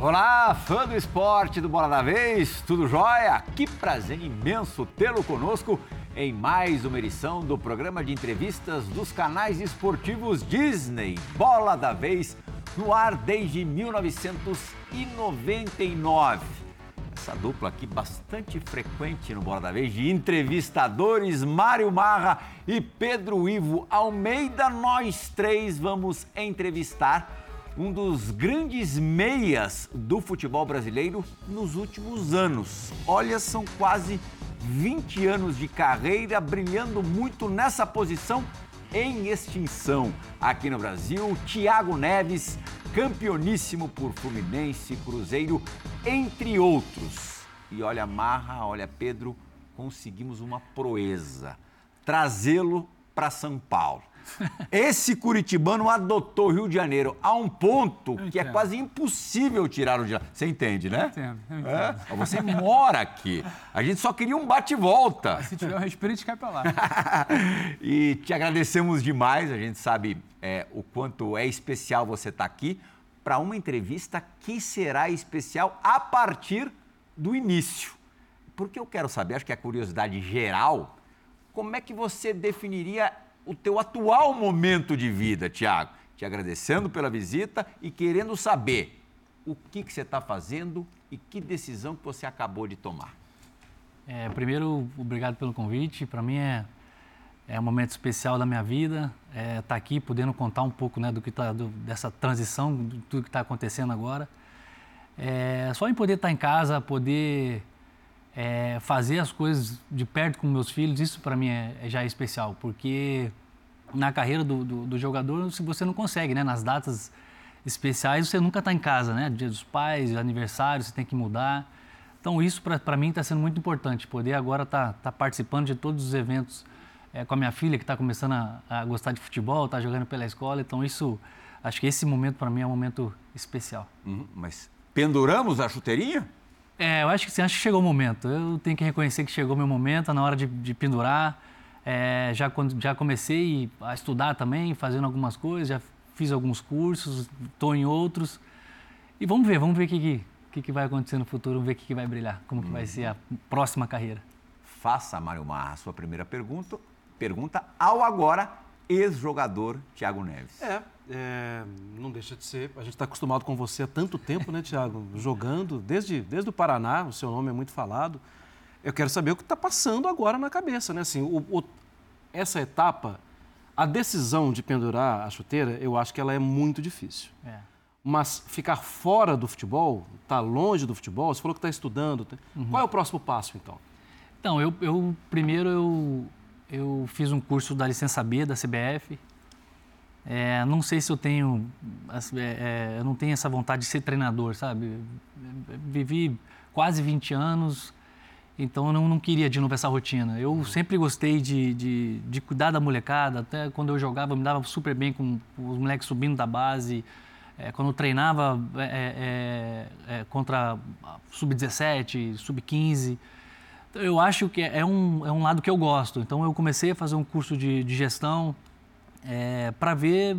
Olá, fã do esporte do Bola da Vez, tudo jóia? Que prazer imenso tê-lo conosco em mais uma edição do programa de entrevistas dos canais esportivos Disney, Bola da Vez, no ar desde 1999. Essa dupla aqui bastante frequente no Bola da Vez, de entrevistadores, Mário Marra e Pedro Ivo Almeida. Nós três vamos entrevistar um dos grandes meias do futebol brasileiro nos últimos anos. Olha, são quase 20 anos de carreira, brilhando muito nessa posição em extinção aqui no Brasil. Thiago Neves, campeoníssimo por Fluminense, Cruzeiro, entre outros. E olha, Marra, olha, Pedro, conseguimos uma proeza, trazê-lo para São Paulo. Esse curitibano adotou o Rio de Janeiro a um ponto que é quase impossível tirá-lo de lá. Você entende, né? Eu entendo. É? Você mora aqui. A gente só queria um bate-volta. Se tiver um respiro, a gente cai pra lá. E te agradecemos demais. A gente sabe o quanto é especial você estar aqui para uma entrevista que será especial a partir do início. Porque eu quero saber, acho que é a curiosidade geral, como é que você definiria o teu atual momento de vida, Thiago? Te agradecendo pela visita e querendo saber o que você está fazendo e que decisão que você acabou de tomar. Primeiro, obrigado pelo convite. Para mim é um momento especial da minha vida. Tá aqui podendo contar um pouco, né, dessa transição, de tudo que está acontecendo agora. Só em poder estar em casa, poder fazer as coisas de perto com meus filhos, isso para mim já é especial, porque na carreira do jogador, se você não consegue, né, nas datas especiais, você nunca está em casa, né, Dia dos Pais, aniversário, você tem que mudar. Então isso para mim está sendo muito importante, poder agora tá participando de todos os eventos com a minha filha, que está começando a gostar de futebol, está jogando pela escola, então isso, acho que esse momento para mim é um momento especial. Mas penduramos a chuteirinha? Eu acho que chegou o momento. Eu tenho que reconhecer que chegou o meu momento, na hora de pendurar. Já comecei a estudar também, fazendo algumas coisas, já fiz alguns cursos, estou em outros. E vamos ver o que vai acontecer no futuro, vamos ver o que vai brilhar, como que vai ser a próxima carreira. Faça, Mário Marra, a sua primeira pergunta ao agora ex-jogador Thiago Neves. Não deixa de ser. A gente está acostumado com você há tanto tempo, né, Thiago? Jogando desde o Paraná, o seu nome é muito falado. Eu quero saber o que está passando agora na cabeça, né? Assim, essa etapa, a decisão de pendurar a chuteira, eu acho que ela é muito difícil. Mas ficar fora do futebol, estar longe do futebol, você falou que está estudando. Qual é o próximo passo, então? Então, primeiro eu fiz um curso da licença B da CBF. Não sei se eu tenho, eu não tenho essa vontade de ser treinador, sabe? Vivi quase 20 anos, então eu não queria de novo essa rotina. Eu sempre gostei de cuidar da molecada, até quando eu jogava eu me dava super bem com os moleques subindo da base, quando eu treinava contra sub-17, sub-15. Eu acho que é um lado que eu gosto, então eu comecei a fazer um curso de gestão, para ver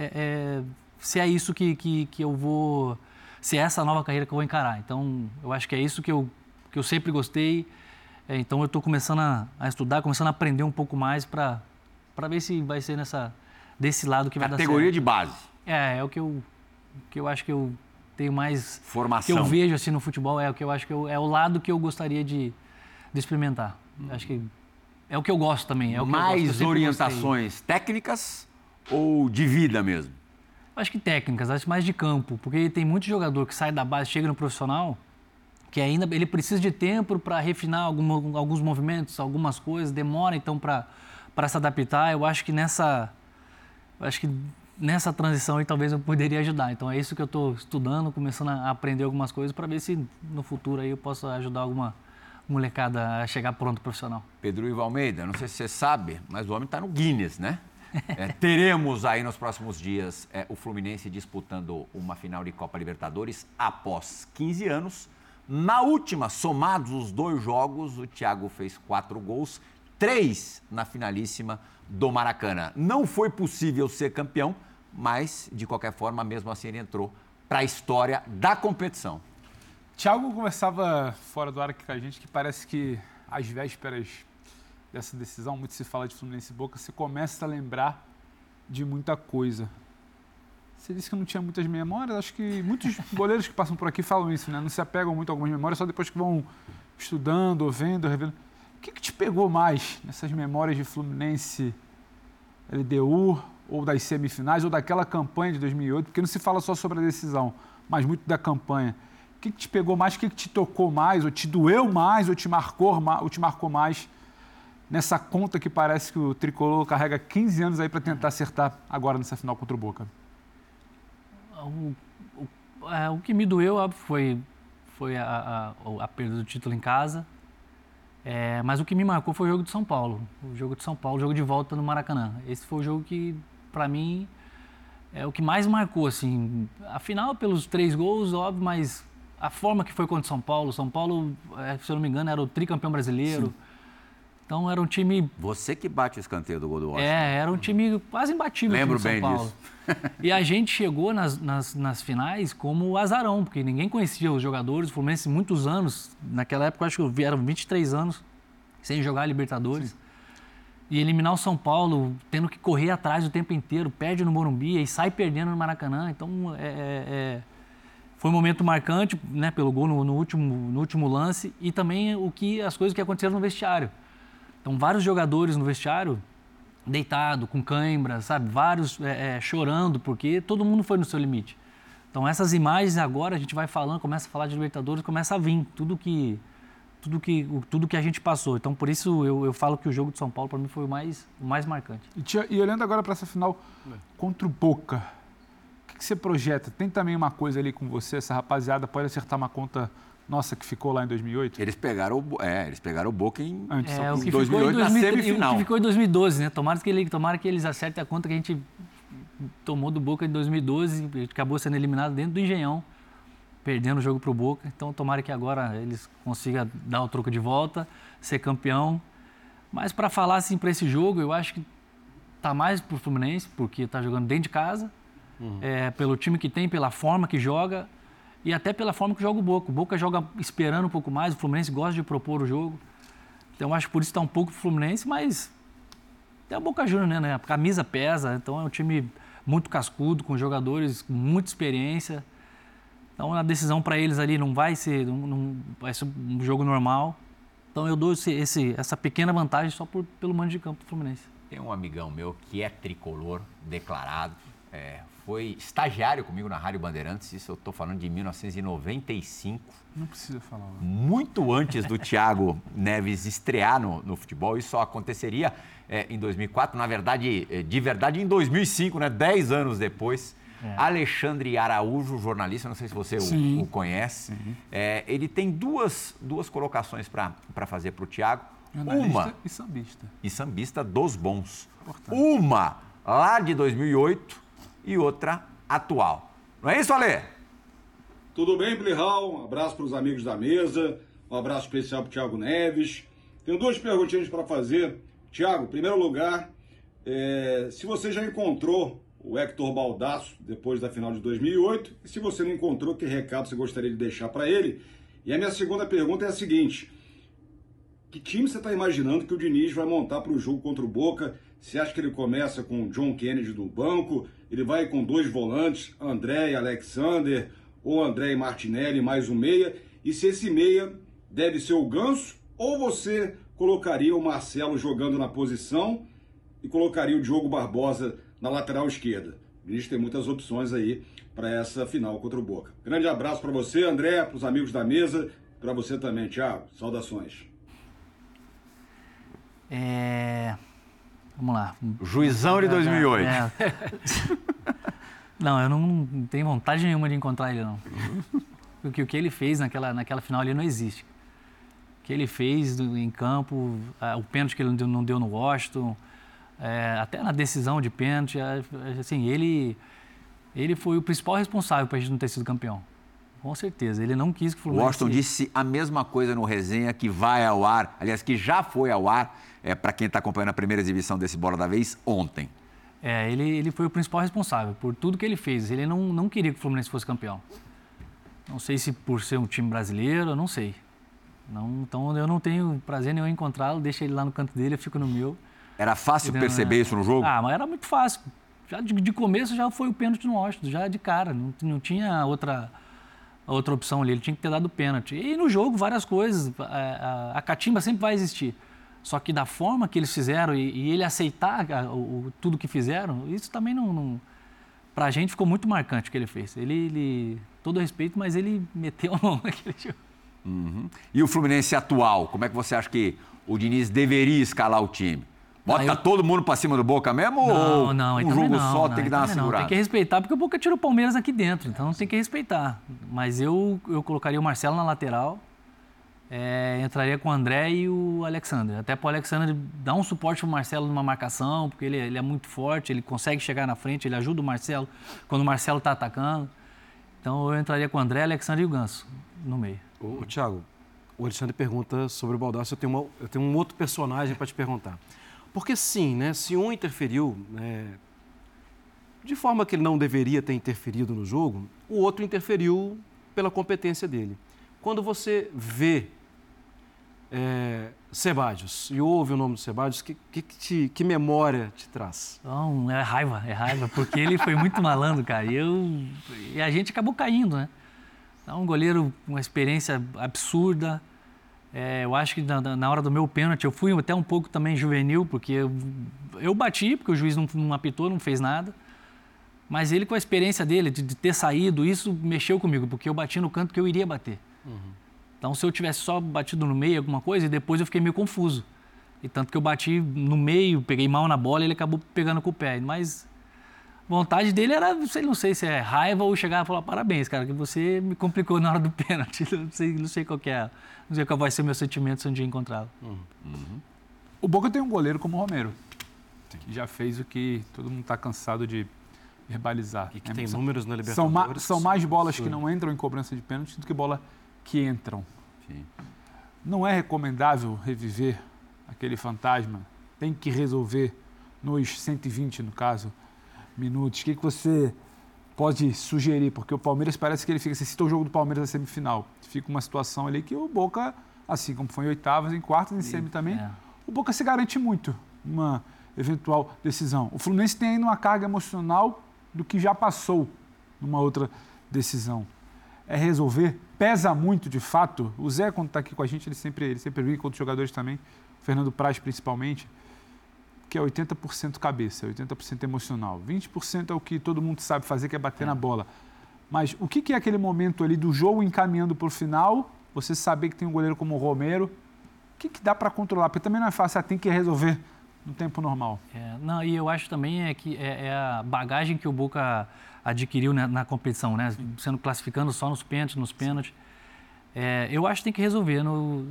se é isso que eu vou, se é essa nova carreira que eu vou encarar. Então, eu acho que é isso que eu sempre gostei. Então, eu estou começando a estudar, começando a aprender um pouco mais para ver se vai ser desse lado que vai dar certo. Categoria de base. É o que eu acho que eu tenho mais... Formação. Que eu vejo assim no futebol, o que eu acho que é o lado que eu gostaria de experimentar. Acho que é o que eu gosto também. Mais orientações técnicas ou de vida mesmo? Acho que técnicas, acho mais de campo, porque tem muito jogador que sai da base, chega no profissional, que ainda ele precisa de tempo para refinar alguns movimentos, algumas coisas, demora então para se adaptar. Eu acho que nessa transição aí talvez eu poderia ajudar. Então é isso que eu estou estudando, começando a aprender algumas coisas para ver se no futuro aí eu posso ajudar alguma molecada a chegar pronto profissional. Pedro Ivo Almeida, não sei se você sabe, mas o homem está no Guinness, né? Teremos aí nos próximos dias o Fluminense disputando uma final de Copa Libertadores após 15 anos. Na última, somados os 2 jogos, o Thiago fez 4 gols, 3 na finalíssima do Maracanã. Não foi possível ser campeão, mas de qualquer forma, mesmo assim, ele entrou para a história da competição. Thiago conversava fora do ar aqui com a gente que parece que às vésperas dessa decisão, muito se fala de Fluminense e Boca, você começa a lembrar de muita coisa. Você disse que não tinha muitas memórias, acho que muitos goleiros que passam por aqui falam isso, né? Não se apegam muito a algumas memórias, só depois que vão estudando, ou vendo, revendo. O que te pegou mais nessas memórias de Fluminense, LDU, ou das semifinais, ou daquela campanha de 2008? Porque não se fala só sobre a decisão, mas muito da campanha. O que te pegou mais, o que te tocou mais, ou te doeu mais, ou te marcou mais nessa conta que parece que o Tricolor carrega 15 anos aí para tentar acertar agora nessa final contra o Boca? O que me doeu foi a perda do título em casa, mas o que me marcou foi o jogo de São Paulo. O jogo de São Paulo, o jogo de volta no Maracanã. Esse foi o jogo que, para mim, é o que mais marcou, assim. A final, pelos 3 gols, óbvio, mas a forma que foi contra o São Paulo, se eu não me engano, era o tricampeão brasileiro. Sim. Então era um time... Você que bate o escanteio do gol do Washington. Era um time quase imbatível. Lembro São bem Paulo. disso. E a gente chegou nas finais como azarão, porque ninguém conhecia os jogadores. O Fluminense, muitos anos, naquela época, acho que eram 23 anos, sem jogar a Libertadores. Sim. E eliminar o São Paulo, tendo que correr atrás o tempo inteiro, perde no Morumbi e sai perdendo no Maracanã. Então, foi um momento marcante, né, pelo gol no último lance e também as coisas que aconteceram no vestiário. Então, vários jogadores no vestiário, deitado, com cãibra, sabe? Vários chorando, porque todo mundo foi no seu limite. Então, essas imagens agora, a gente vai falando, começa a falar de Libertadores, começa a vir tudo que a gente passou. Então, por isso, eu falo que o jogo de São Paulo, para mim, foi o mais marcante. E olhando agora para essa final contra o Boca, o que você projeta? Tem também uma coisa ali com você, essa rapaziada pode acertar uma conta... Nossa, que ficou lá em 2008? Eles pegaram o Boca em 2008 na semifinal. O que ficou em 2012, né? Tomara que eles acertem a conta que a gente tomou do Boca em 2012, acabou sendo eliminado dentro do Engenhão, perdendo o jogo para o Boca. Então, tomara que agora eles consigam dar o troco de volta, ser campeão. Mas para falar assim para esse jogo, eu acho que tá mais pro Fluminense, porque está jogando dentro de casa, pelo time que tem, pela forma que joga. E até pela forma que joga o Boca. O Boca joga esperando um pouco mais, o Fluminense gosta de propor o jogo. Então, eu acho que por isso está um pouco pro Fluminense, mas é o Boca Juniors, né? A camisa pesa, então é um time muito cascudo, com jogadores com muita experiência. Então, a decisão para eles ali não vai ser um jogo normal. Então, eu dou essa pequena vantagem só pelo mando de campo do Fluminense. Tem um amigão meu que é tricolor declarado, foi estagiário comigo na Rádio Bandeirantes, isso eu estou falando de 1995. Não precisa falar. Muito antes do Thiago Neves estrear no futebol, isso só aconteceria em 2004, na verdade, de verdade, em 2005, né? 10 anos depois. Alexandre Araújo, jornalista, não sei se você o conhece, ele tem duas colocações para fazer para o Thiago. Uma e sambista. E sambista dos bons. Importante. Uma lá de 2008 e outra atual. Não é isso, Ale? Tudo bem, Plihal? Um abraço para os amigos da mesa, um abraço especial para o Thiago Neves. Tenho 2 perguntinhas para fazer. Thiago, em primeiro lugar, se você já encontrou o Hector Baldasso depois da final de 2008, e se você não encontrou, que recado você gostaria de deixar para ele? E a minha segunda pergunta é a seguinte: que time você está imaginando que o Diniz vai montar para o jogo contra o Boca? Você acha que ele começa com o John Kennedy no banco? Ele vai com 2 volantes, André e Alexander, ou André e Martinelli, mais um meia? E se esse meia deve ser o Ganso, ou você colocaria o Marcelo jogando na posição e colocaria o Diogo Barbosa na lateral esquerda? O Diniz tem muitas opções aí para essa final contra o Boca. Grande abraço para você, André, para os amigos da mesa, para você também, Thiago. Saudações. Vamos lá. Juizão de 2008. Não, eu não tenho vontade nenhuma de encontrar ele, não. Porque o que ele fez naquela final ali não existe. O que ele fez em campo, o pênalti que ele não deu no Washington, até na decisão de pênalti, assim, ele foi o principal responsável para a gente não ter sido campeão. Com certeza. Ele não quis que o Fluminense... O Washington disse a mesma coisa no resenha que vai ao ar, aliás, que já foi ao ar, para quem está acompanhando a primeira exibição desse Bola da Vez, ontem. Ele foi o principal responsável por tudo que ele fez. Ele não queria que o Fluminense fosse campeão. Não sei se por ser um time brasileiro, eu não sei. Então eu não tenho prazer nenhum em encontrá-lo, deixa ele lá no canto dele, eu fico no meu. Era fácil perceber isso no jogo? Mas era muito fácil. Já de começo já foi o pênalti no Washington, já de cara. Não tinha outra opção ali, ele tinha que ter dado o pênalti. E no jogo, várias coisas. A catimba sempre vai existir. Só que da forma que eles fizeram e ele aceitar tudo que fizeram, isso também não... Pra gente ficou muito marcante o que ele fez. Ele todo respeito, mas ele meteu a mão naquele jogo. Uhum. E o Fluminense atual, como é que você acha que o Diniz deveria escalar o time? Bota todo mundo pra cima do Boca mesmo ou um jogo só tem que dar uma segurada? Tem que respeitar, porque o Boca tirou o Palmeiras aqui dentro, então tem que respeitar. Mas eu colocaria o Marcelo na lateral, entraria com o André e o Alexandre. Até para o Alexandre dar um suporte para o Marcelo numa marcação, porque ele é muito forte, ele consegue chegar na frente, ele ajuda o Marcelo quando o Marcelo está atacando. Então eu entraria com o André, Alexandre e o Ganso no meio. Ô, Thiago, o Alexandre pergunta sobre o Baldasso, eu tenho um outro personagem para te perguntar. Porque sim, né, se um interferiu, de forma que ele não deveria ter interferido no jogo, o outro interferiu pela competência dele. Quando você vê Sebadios e ouve o nome do Sebadios, que memória te traz? Não, é raiva, porque ele foi muito malandro, cara, e a gente acabou caindo, né? Então, um goleiro com uma experiência absurda. Eu acho que na hora do meu pênalti, eu fui até um pouco também juvenil, porque eu bati, porque o juiz não apitou, não fez nada. Mas ele, com a experiência dele, de ter saído, isso mexeu comigo, porque eu bati no canto que eu iria bater. Uhum. Então, se eu tivesse só batido no meio, alguma coisa, e depois eu fiquei meio confuso. E tanto que eu bati no meio, peguei mal na bola e ele acabou pegando com o pé. Mas a vontade dele era, não sei se é raiva ou chegar e falar, parabéns, cara, que você me complicou na hora do pênalti. Não sei qual que é. Não sei qual vai ser o meu sentimento se um dia encontrá-lo. Uhum. O Boca tem um goleiro como o Romero, que já fez o que todo mundo está cansado de verbalizar. E que tem números na Libertadores. São mais bolas que não entram em cobrança de pênalti do que bola que entram. Sim. Não é recomendável reviver aquele fantasma? Tem que resolver nos 120, no caso, minutos. O que você pode sugerir? Porque o Palmeiras parece que ele fica... Você citou o jogo do Palmeiras na semifinal. Fica uma situação ali que o Boca, assim como foi em oitavas, em quartas, em semi também, o Boca se garante muito uma eventual decisão. O Fluminense tem ainda uma carga emocional do que já passou numa outra decisão. É resolver? Pesa muito, de fato. O Zé, quando está aqui com a gente, ele sempre briga com outros jogadores também, o Fernando Praz principalmente, que é 80% cabeça, 80% emocional. 20% é o que todo mundo sabe fazer, que é bater na bola. Mas o que é aquele momento ali do jogo encaminhando para o final, você saber que tem um goleiro como o Romero, o que dá para controlar? Porque também não é fácil, tem que resolver no tempo normal. E eu acho também que é a bagagem que o Boca adquiriu na competição, né? Sendo classificando só nos pênaltis. Eu acho que tem que resolver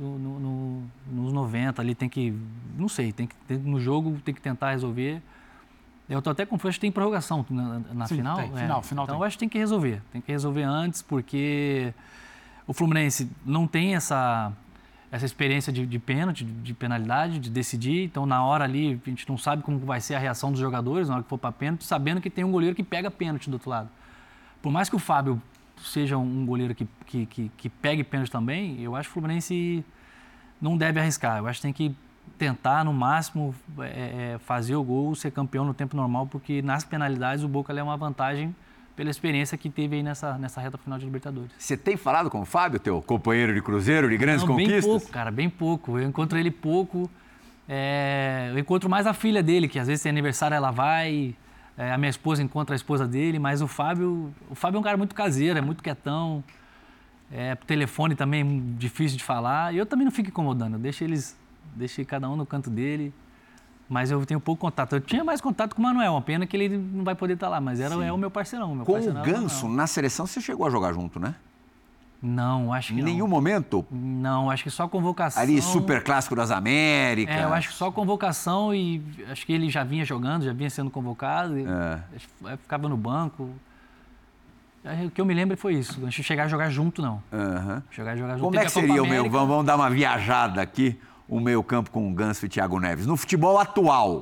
nos 90 ali, tem que, não sei, no jogo tem que tentar resolver. Eu estou até confuso, acho que tem prorrogação na final. Final então tem. Eu acho que tem que resolver antes, porque o Fluminense não tem essa experiência de pênalti, de penalidade, de decidir. Então, na hora ali, a gente não sabe como vai ser a reação dos jogadores na hora que for para pênalti, sabendo que tem um goleiro que pega pênalti do outro lado. Por mais que o Fábio seja um goleiro que pegue pênalti também, eu acho que o Fluminense não deve arriscar. Eu acho que tem que tentar, no máximo, fazer o gol, ser campeão no tempo normal, porque nas penalidades o Boca é uma vantagem pela experiência que teve aí nessa reta final de Libertadores. Você tem falado com o Fábio, teu companheiro de Cruzeiro, de grandes conquistas? Bem pouco, cara, bem pouco. Eu encontro ele pouco. Eu encontro mais a filha dele, que às vezes tem aniversário, ela vai. A minha esposa encontra a esposa dele, mas o Fábio é um cara muito caseiro, é muito quietão. Telefone também difícil de falar. E eu também não fico incomodando, eu deixo cada um no canto dele. Mas eu tenho pouco contato. Eu tinha mais contato com o Manuel, uma pena que ele não vai poder estar lá, mas é o meu parceirão. Com o Ganso, na seleção, você chegou a jogar junto, né? Não, acho que não. Em nenhum momento? Não, acho que só convocação. Ali, Super Clássico das Américas. Eu acho que só convocação e acho que ele já vinha jogando, já vinha sendo convocado. Ficava no banco. O que eu me lembro foi isso. A gente chegar a jogar junto, não. Chegar a jogar junto. Como é que seria o meu? Vamos dar uma viajada aqui. O meio campo com o Ganso e Thiago Neves. No futebol atual,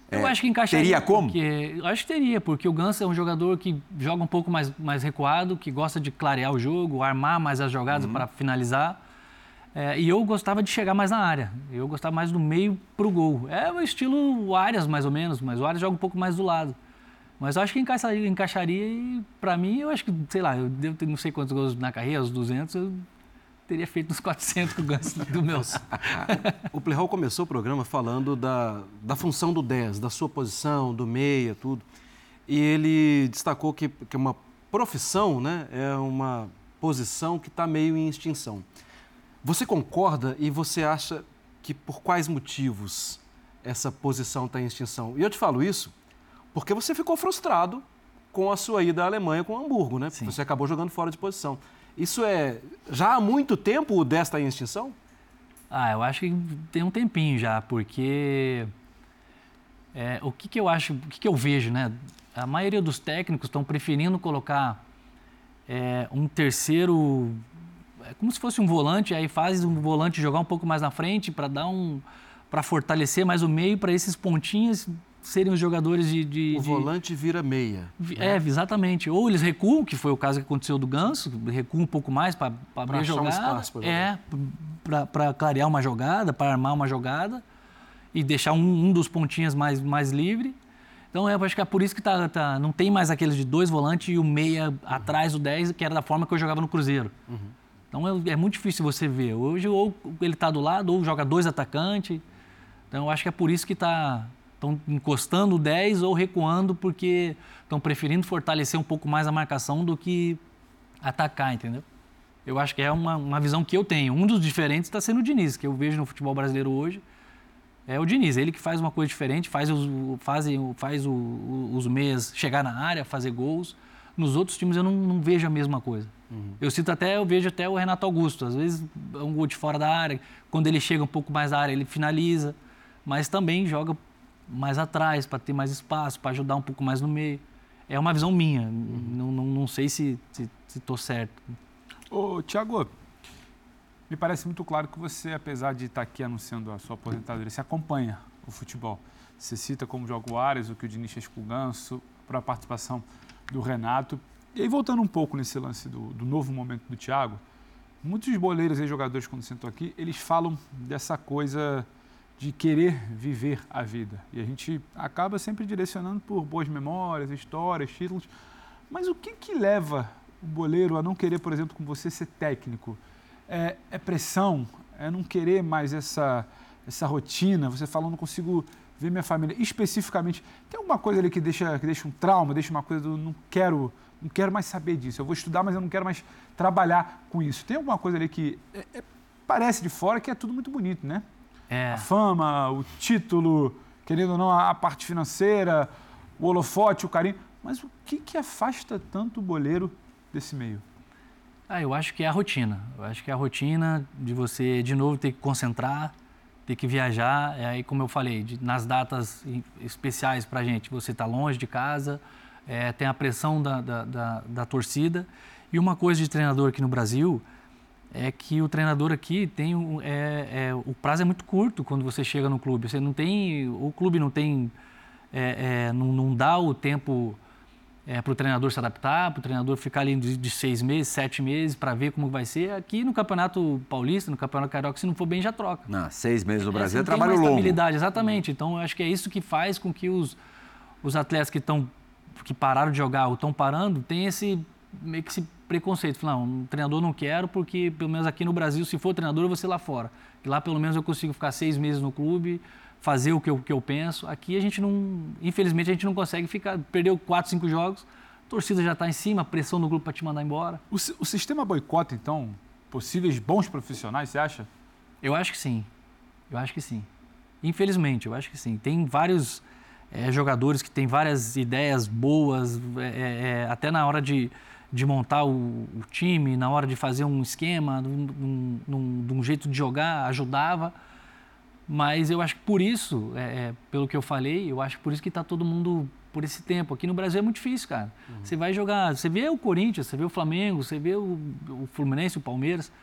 Eu acho que encaixaria. Teria como? Eu acho que teria, porque o Ganso é um jogador que joga um pouco mais recuado, que gosta de clarear o jogo, armar mais as jogadas para finalizar. E eu gostava de chegar mais na área. Eu gostava mais do meio pro gol. É o estilo Arias, mais ou menos, mas o Arias joga um pouco mais do lado. Mas eu acho que encaixaria e, para mim, eu acho que, sei lá, eu devo ter não sei quantos gols na carreira, os 200, eu teria feito uns 400 com o Ganso do meus. O Plihal começou o programa falando da função do 10, da sua posição, do meia, tudo. E ele destacou que uma profissão, né, é uma posição que está meio em extinção. Você concorda e você acha que por quais motivos essa posição está em extinção? E eu te falo isso porque você ficou frustrado com a sua ida à Alemanha com o Hamburgo, né? Sim. Você acabou jogando fora de posição. Isso já há muito tempo o 10 está em extinção? Eu acho que tem um tempinho já, porque o que eu acho, o que eu vejo, né? A maioria dos técnicos estão preferindo colocar um terceiro, como se fosse um volante, aí faz um volante jogar um pouco mais na frente para fortalecer mais o meio, para esses pontinhos serem os jogadores O volante vira meia. Exatamente. Ou eles recuam, que foi o caso que aconteceu do Ganso, recuam um pouco mais para abrir a jogada. Para clarear uma jogada, para armar uma jogada e deixar um dos pontinhos mais livre. Então, eu acho que é por isso que não tem mais aqueles de 2 volantes e o meia atrás do 10, que era da forma que eu jogava no Cruzeiro. Então, é muito difícil você ver. Hoje, ou ele está do lado, ou joga 2 atacantes. Então, eu acho que é por isso que estão encostando o 10 ou recuando, porque estão preferindo fortalecer um pouco mais a marcação do que atacar, entendeu? Eu acho que é uma visão que eu tenho. Um dos diferentes está sendo o Diniz, que eu vejo no futebol brasileiro hoje. É o Diniz, ele que faz uma coisa diferente, faz os meias chegar na área, fazer gols. Nos outros times eu não vejo a mesma coisa. Eu vejo até o Renato Augusto, às vezes é um gol de fora da área, quando ele chega um pouco mais na área ele finaliza, mas também joga mais atrás, para ter mais espaço, para ajudar um pouco mais no meio. É uma visão minha, não sei se estou certo. Ô, Thiago, me parece muito claro que você, apesar de estar aqui anunciando a sua aposentadoria, você acompanha o futebol. Você cita como joga o Arias, o que o Diniz fez com o Ganso, para a participação do Renato. E aí, voltando um pouco nesse lance do novo momento do Thiago, muitos boleiros e jogadores, quando sentam aqui, eles falam dessa coisa de querer viver a vida. E a gente acaba sempre direcionando por boas memórias, histórias, títulos. Mas o que leva o boleiro a não querer, por exemplo, com você, ser técnico? É pressão? É não querer mais essa rotina? Você fala, não consigo ver minha família. Especificamente, tem alguma coisa ali que deixa um trauma, deixa uma coisa do não quero mais saber disso. Eu vou estudar, mas eu não quero mais trabalhar com isso. Tem alguma coisa ali que parece de fora que é tudo muito bonito, né? A fama, o título, querendo ou não, a parte financeira, o holofote, o carinho. Mas o que afasta tanto o boleiro desse meio? Eu acho que é a rotina. Eu acho que é a rotina de você, de novo, ter que concentrar, ter que viajar. Aí, como eu falei, nas datas especiais para a gente, você está longe de casa, tem a pressão da torcida. E uma coisa de treinador aqui no Brasil é que o treinador aqui tem o prazo é muito curto quando você chega no clube. Você não tem, o clube não tem, não dá o tempo para o treinador se adaptar, para o treinador ficar ali de 6 meses, 7 meses para ver como vai ser. Aqui no Campeonato Paulista, no Campeonato Carioca, se não for bem, já troca. 6 meses no Brasil é trabalho longo. Estabilidade, exatamente. Então, eu acho que é isso que faz com que os atletas que pararam de jogar ou estão parando, tem meio que esse preconceito. Falar, um treinador não quero porque, pelo menos aqui no Brasil, se for treinador, eu vou ser lá fora. E lá, pelo menos, eu consigo ficar 6 meses no clube, fazer o que eu penso. Aqui, infelizmente, a gente não consegue ficar. Perdeu 4, 5 jogos, a torcida já está em cima, pressão no grupo para te mandar embora. O sistema boicota, então, possíveis bons profissionais, você acha? Eu acho que sim. Infelizmente, eu acho que sim. Tem vários jogadores que têm várias ideias boas, até na hora de montar o time, na hora de fazer um esquema, de um jeito de jogar, ajudava. Mas eu acho que por isso, pelo que eu falei, eu acho que por isso que está todo mundo por esse tempo. Aqui no Brasil é muito difícil, cara. Você vai jogar, você vê o Corinthians, você vê o Flamengo, você vê o Fluminense, o Palmeiras.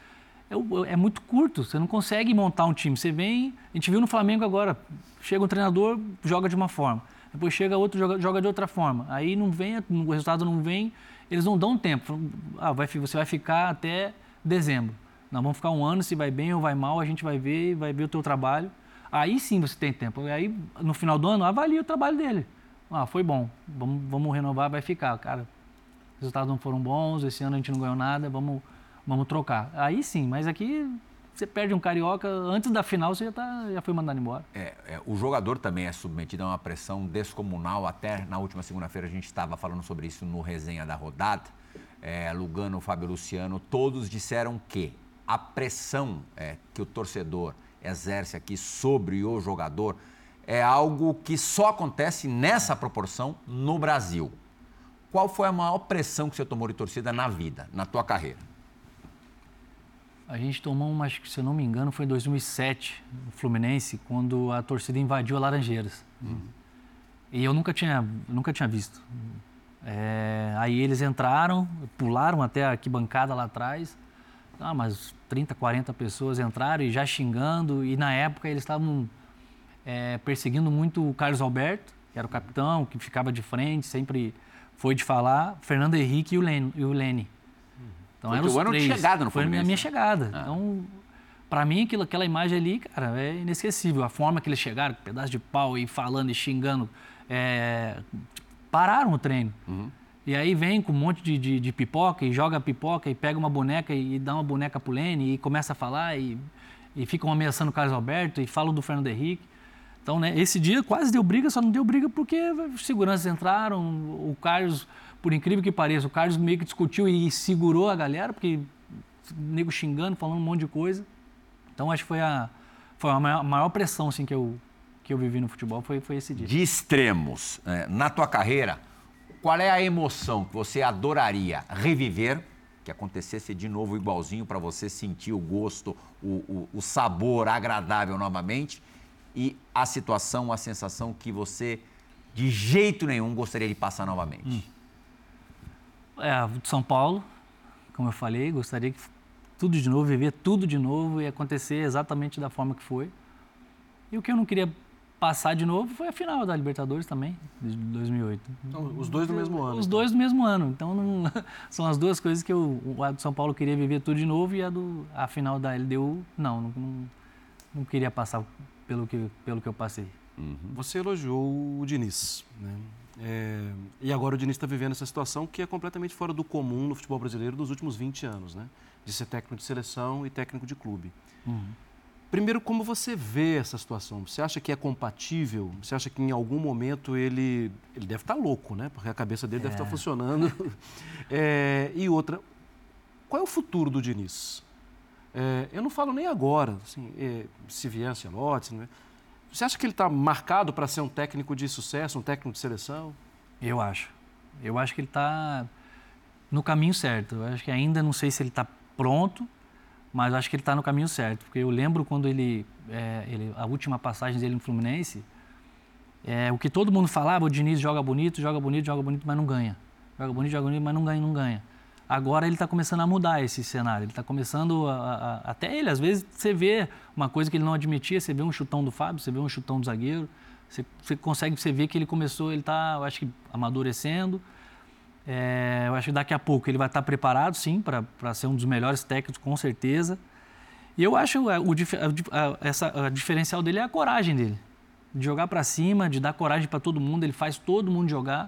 é muito curto, você não consegue montar um time. Você vem, a gente viu no Flamengo agora, chega um treinador, joga de uma forma, depois chega outro, joga de outra forma, aí não vem, o resultado não vem, eles não dão tempo. Você vai ficar até dezembro. Nós vamos ficar um ano, se vai bem ou vai mal, a gente vai ver o teu trabalho. Aí sim você tem tempo. Aí no final do ano, avalia o trabalho dele. Foi bom, vamos renovar, vai ficar. Cara, os resultados não foram bons, esse ano a gente não ganhou nada, vamos trocar. Aí sim, mas aqui você perde um carioca, antes da final você já foi mandado embora. O jogador também é submetido a uma pressão descomunal. Até na última segunda-feira a gente estava falando sobre isso no Resenha da Rodada. Lugano, Fábio Luciano, todos disseram que a pressão que o torcedor exerce aqui sobre o jogador é algo que só acontece nessa proporção no Brasil. Qual foi a maior pressão que você tomou de torcida na vida, na tua carreira? A gente tomou uma, acho que se eu não me engano, foi em 2007, no Fluminense, quando a torcida invadiu a Laranjeiras. E eu nunca tinha visto. Aí eles entraram, pularam até a arquibancada lá atrás. Mas 30, 40 pessoas entraram e já xingando. E na época eles estavam perseguindo muito o Carlos Alberto, que era o capitão, que ficava de frente, sempre foi de falar, Fernando Henrique e o Lene. Então eram os três. Foi a chegada no Fluminense. Foi a minha chegada. Então, para mim, aquela imagem ali, cara, é inesquecível. A forma que eles chegaram, com pedaço de pau e falando e xingando, pararam o treino. E aí vem com um monte de pipoca e joga pipoca e pega uma boneca e dá uma boneca pro Lene e começa a falar e ficam ameaçando o Carlos Alberto e falam do Fernando Henrique. Então, né, esse dia quase deu briga, só não deu briga porque os seguranças entraram, o Carlos, por incrível que pareça, o Carlos meio que discutiu e segurou a galera, porque o nego xingando, falando um monte de coisa. Então, acho que foi a maior pressão assim, que eu vivi no futebol, foi esse dia. De extremos, na tua carreira, qual é a emoção que você adoraria reviver, que acontecesse de novo igualzinho para você sentir o gosto, o sabor agradável novamente, e a situação, a sensação que você de jeito nenhum gostaria de passar novamente? De São Paulo, como eu falei, gostaria que tudo de novo, viver tudo de novo e acontecer exatamente da forma que foi. E o que eu não queria passar de novo foi a final da Libertadores também, de 2008. Então, os dois no mesmo ano. Os dois no mesmo ano. Então, são as duas coisas que a do São Paulo queria viver tudo de novo e a final da LDU, não queria passar pelo que eu passei. Você elogiou o Diniz, né? E agora o Diniz está vivendo essa situação que é completamente fora do comum no futebol brasileiro dos últimos 20 anos, né? De ser técnico de seleção e técnico de clube. Primeiro, como você vê essa situação? Você acha que é compatível? Você acha que em algum momento ele deve estar louco, né? Porque a cabeça dele deve estar funcionando. E outra, qual é o futuro do Diniz? Eu não falo nem agora, assim, se vier Ancelotti. Você acha que ele está marcado para ser um técnico de sucesso, um técnico de seleção? Eu acho. Eu acho que ele está no caminho certo. Eu acho que ainda não sei se ele está pronto, mas eu acho que ele está no caminho certo. Porque eu lembro quando a última passagem dele no Fluminense, o que todo mundo falava, o Diniz joga bonito, mas não ganha. Joga bonito, mas não ganha. Agora ele está começando a mudar esse cenário. Ele está começando até ele, às vezes, você vê uma coisa que ele não admitia, você vê um chutão do Fábio, você vê um chutão do zagueiro, você consegue ver que ele começou, ele está, eu acho que, amadurecendo. Eu acho que daqui a pouco ele vai estar preparado, sim, para ser um dos melhores técnicos, com certeza. E eu acho a diferencial dele é a coragem dele. De jogar para cima, de dar coragem para todo mundo, ele faz todo mundo jogar.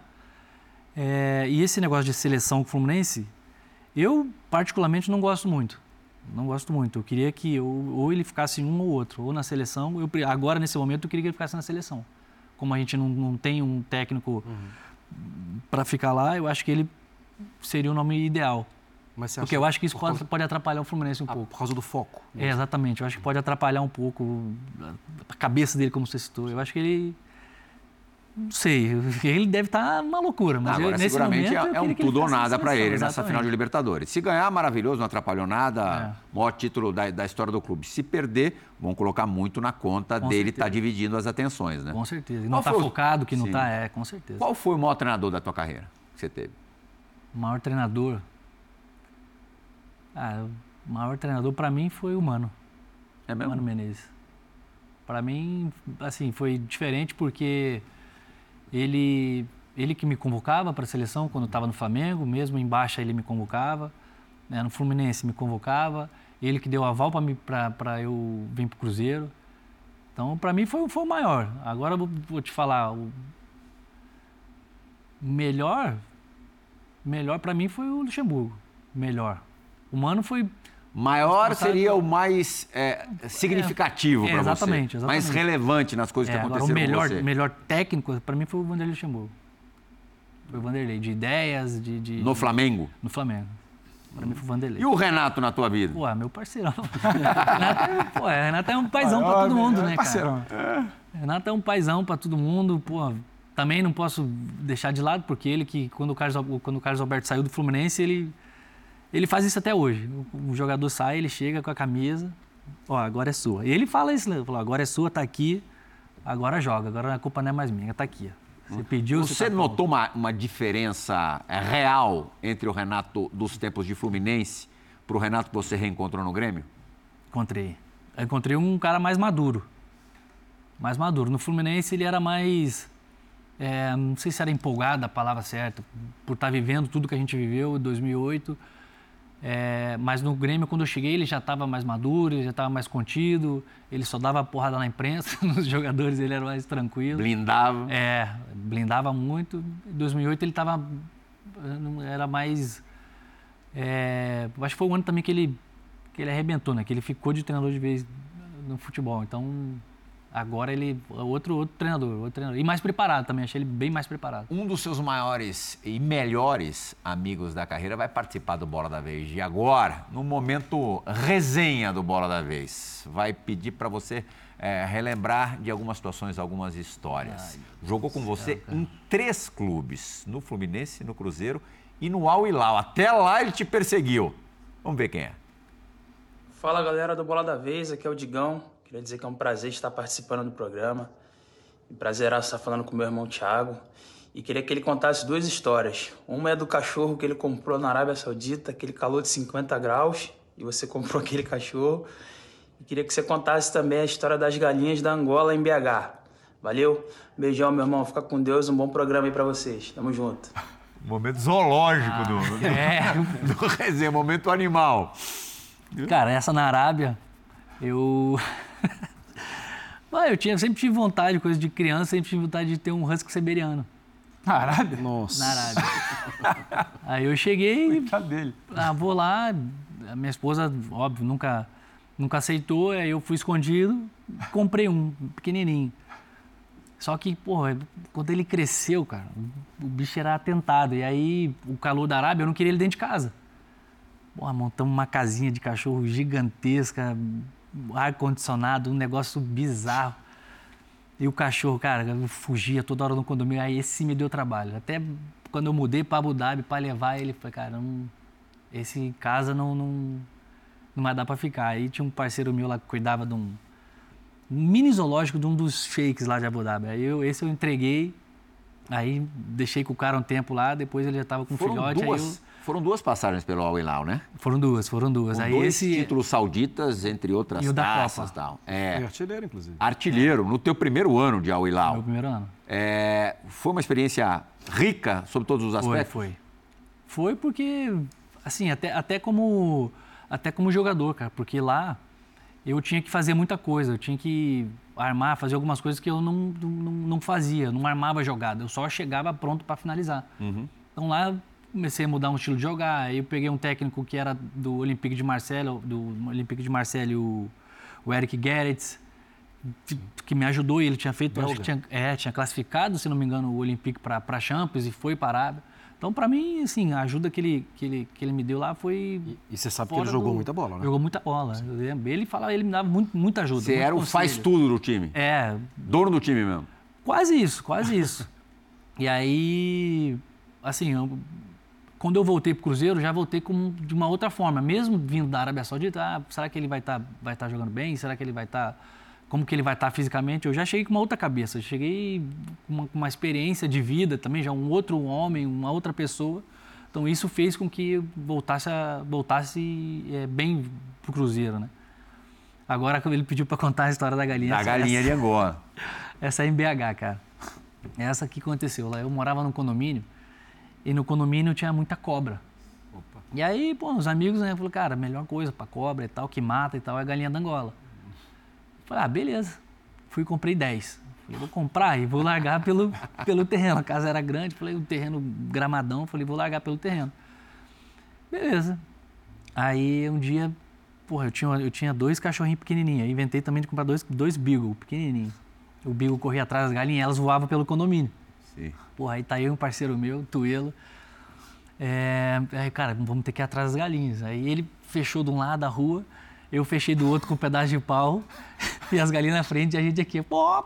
E esse negócio de seleção com o Fluminense, eu particularmente não gosto muito. Não gosto muito. Eu queria que ou ele ficasse em um ou outro, ou na seleção. Agora, nesse momento, eu queria que ele ficasse na seleção. Como a gente não tem um técnico para ficar lá, eu acho que ele seria o nome ideal. Porque eu acho que isso pode atrapalhar o Fluminense um pouco. Por causa do foco. Exatamente. Eu acho que pode atrapalhar um pouco a cabeça dele, como você citou. Eu acho que ele... Não sei, ele deve estar uma loucura, mas agora, nesse seguramente momento, é um tudo ou nada para ele exatamente. Nessa final de Libertadores. Se ganhar, maravilhoso, não atrapalhou nada, maior título da história do clube. Se perder, vão colocar muito na conta dele estar dividindo as atenções, né? Com certeza. E não está focado, que não está, com certeza. Qual foi o maior treinador da tua carreira que você teve? O maior treinador? O maior treinador para mim foi o Mano. É mesmo? Mano Menezes. Para mim, assim, foi diferente porque ele que me convocava para a seleção quando eu estava no Flamengo, mesmo em baixa ele me convocava, né? No Fluminense me convocava, ele que deu aval para eu vir para o Cruzeiro. Então, para mim, foi o maior. Agora, eu vou te falar, o melhor para mim foi o Luxemburgo. Melhor. O Mano foi... Maior seria o mais significativo para você. Exatamente. Mais relevante nas coisas que aconteceram agora, com você. O melhor técnico, para mim, foi o Vanderlei Luxemburgo. Foi o Vanderlei, de ideias, No Flamengo? No Flamengo. Para mim foi o Vanderlei. E o Renato na tua vida? Pô, meu parceirão. Renato é um paizão para todo mundo, né, parceirão. cara? Renato é um paizão para todo mundo, pô. Também não posso deixar de lado, porque ele que, quando o Carlos Alberto saiu do Fluminense, ele faz isso até hoje. O jogador sai, ele chega com a camisa, ó, agora é sua. E ele fala isso, né? Falou, agora é sua, tá aqui, agora joga, agora a culpa não é mais minha, tá aqui. Você pediu... Você notou uma diferença real entre o Renato dos tempos de Fluminense para o Renato que você reencontrou no Grêmio? Encontrei. Eu encontrei um cara mais maduro. Mais maduro. No Fluminense ele era mais... não sei se era empolgado a palavra certa, por estar vivendo tudo que a gente viveu em 2008. Mas no Grêmio, quando eu cheguei, ele já estava mais maduro, ele já estava mais contido, ele só dava porrada na imprensa, nos jogadores ele era mais tranquilo. Blindava. Blindava muito. Em 2008 ele era mais... acho que foi o ano também que ele arrebentou, né? Que ele ficou de treinador de vez no futebol. Então, agora ele é outro treinador. E mais preparado também, achei ele bem mais preparado. Um dos seus maiores e melhores amigos da carreira vai participar do Bola da Vez. E agora, no momento resenha do Bola da Vez, vai pedir para você relembrar de algumas situações, algumas histórias. Jogou com você em 3 clubes, no Fluminense, no Cruzeiro e no Al Hilal. Até lá ele te perseguiu. Vamos ver quem é. Fala, galera do Bola da Vez, aqui é o Digão. Queria dizer que é um prazer estar participando do programa. Um prazer estar falando com meu irmão Thiago. E queria que ele contasse 2 histórias. Uma é do cachorro que ele comprou na Arábia Saudita, aquele calor de 50 graus, e você comprou aquele cachorro. E queria que você contasse também a história das galinhas da Angola em BH. Valeu? Beijão, meu irmão. Fica com Deus. Um bom programa aí pra vocês. Tamo junto. Momento zoológico do resenha, momento animal. Cara, essa na Arábia, eu sempre tive vontade, coisa de criança, sempre tive vontade de ter um husky siberiano. Na Arábia? Nossa. Na Arábia. Aí eu cheguei, vou lá, a minha esposa, óbvio, nunca aceitou, aí eu fui escondido, comprei um pequenininho. Só que, porra, quando ele cresceu, cara, o bicho era atentado. E aí, o calor da Arábia, eu não queria ele dentro de casa. Porra, montamos uma casinha de cachorro gigantesca, ar-condicionado, um negócio bizarro. E o cachorro, cara, fugia toda hora no condomínio. Aí esse me deu trabalho. Até quando eu mudei para Abu Dhabi para levar ele, falei, cara, esse casa não vai dar para ficar. Aí tinha um parceiro meu lá que cuidava de um mini zoológico de um dos sheiks lá de Abu Dhabi. Aí esse eu entreguei, aí deixei com o cara um tempo lá, depois ele já estava com um filhote. Foram 2 passagens pelo Al Hilal, né? Foram duas. Com aí 2 títulos sauditas, entre outras e o taças. Da Copa. Tal. E artilheiro, inclusive. Artilheiro, no teu primeiro ano de Al Hilal. Meu primeiro ano. Foi uma experiência rica sobre todos os aspectos? Foi porque, assim, até como jogador, cara, porque lá eu tinha que fazer muita coisa, eu tinha que fazer algumas coisas que eu não fazia, não armava jogada, eu só chegava pronto para finalizar. Uhum. Então lá comecei a mudar um estilo de jogar, aí eu peguei um técnico que era do Olympique de Marseille, o Eric Gerrits, que me ajudou, e ele tinha feito, acho que tinha classificado, se não me engano, o Olympique para Champions e foi para a Arábia. Então, para mim, assim, a ajuda que ele me deu lá foi... E você sabe que ele jogou muita bola, né? Jogou muita bola. Ele me dava muita ajuda. Você era o faz-tudo do time? Dono do time mesmo? Quase isso. E aí, assim, quando eu voltei para o Cruzeiro, já voltei de uma outra forma. Mesmo vindo da Arábia Saudita, será que ele vai estar jogando bem? Será que ele vai estar... Como que ele vai estar fisicamente? Eu já cheguei com uma outra cabeça. Eu cheguei com uma experiência de vida também, já um outro homem, uma outra pessoa. Então, isso fez com que eu voltasse bem pro Cruzeiro, né? Agora, ele pediu para contar a história da galinha. Da galinha de Angola. Essa é em BH, cara. Essa que aconteceu lá. Eu morava num condomínio e no condomínio tinha muita cobra. Opa. E aí, pô, os amigos, né, falaram, cara, a melhor coisa para cobra e tal, que mata e tal, é a galinha da Angola. Eu falei, beleza. Fui e comprei 10. Falei, vou comprar e vou largar pelo terreno. A casa era grande, falei, o terreno gramadão, falei, vou largar pelo terreno. Beleza. Aí, um dia, porra, eu tinha 2 cachorrinhos pequenininhos. Aí inventei também de comprar dois beagle pequenininhos. O beagle corria atrás das galinhas e elas voavam pelo condomínio. Sim. Porra, aí tá eu e um parceiro meu, Tuelo. Aí, cara, vamos ter que ir atrás das galinhas. Aí ele fechou de um lado da rua, eu fechei do outro com um pedaço de pau e as galinhas na frente e a gente aqui,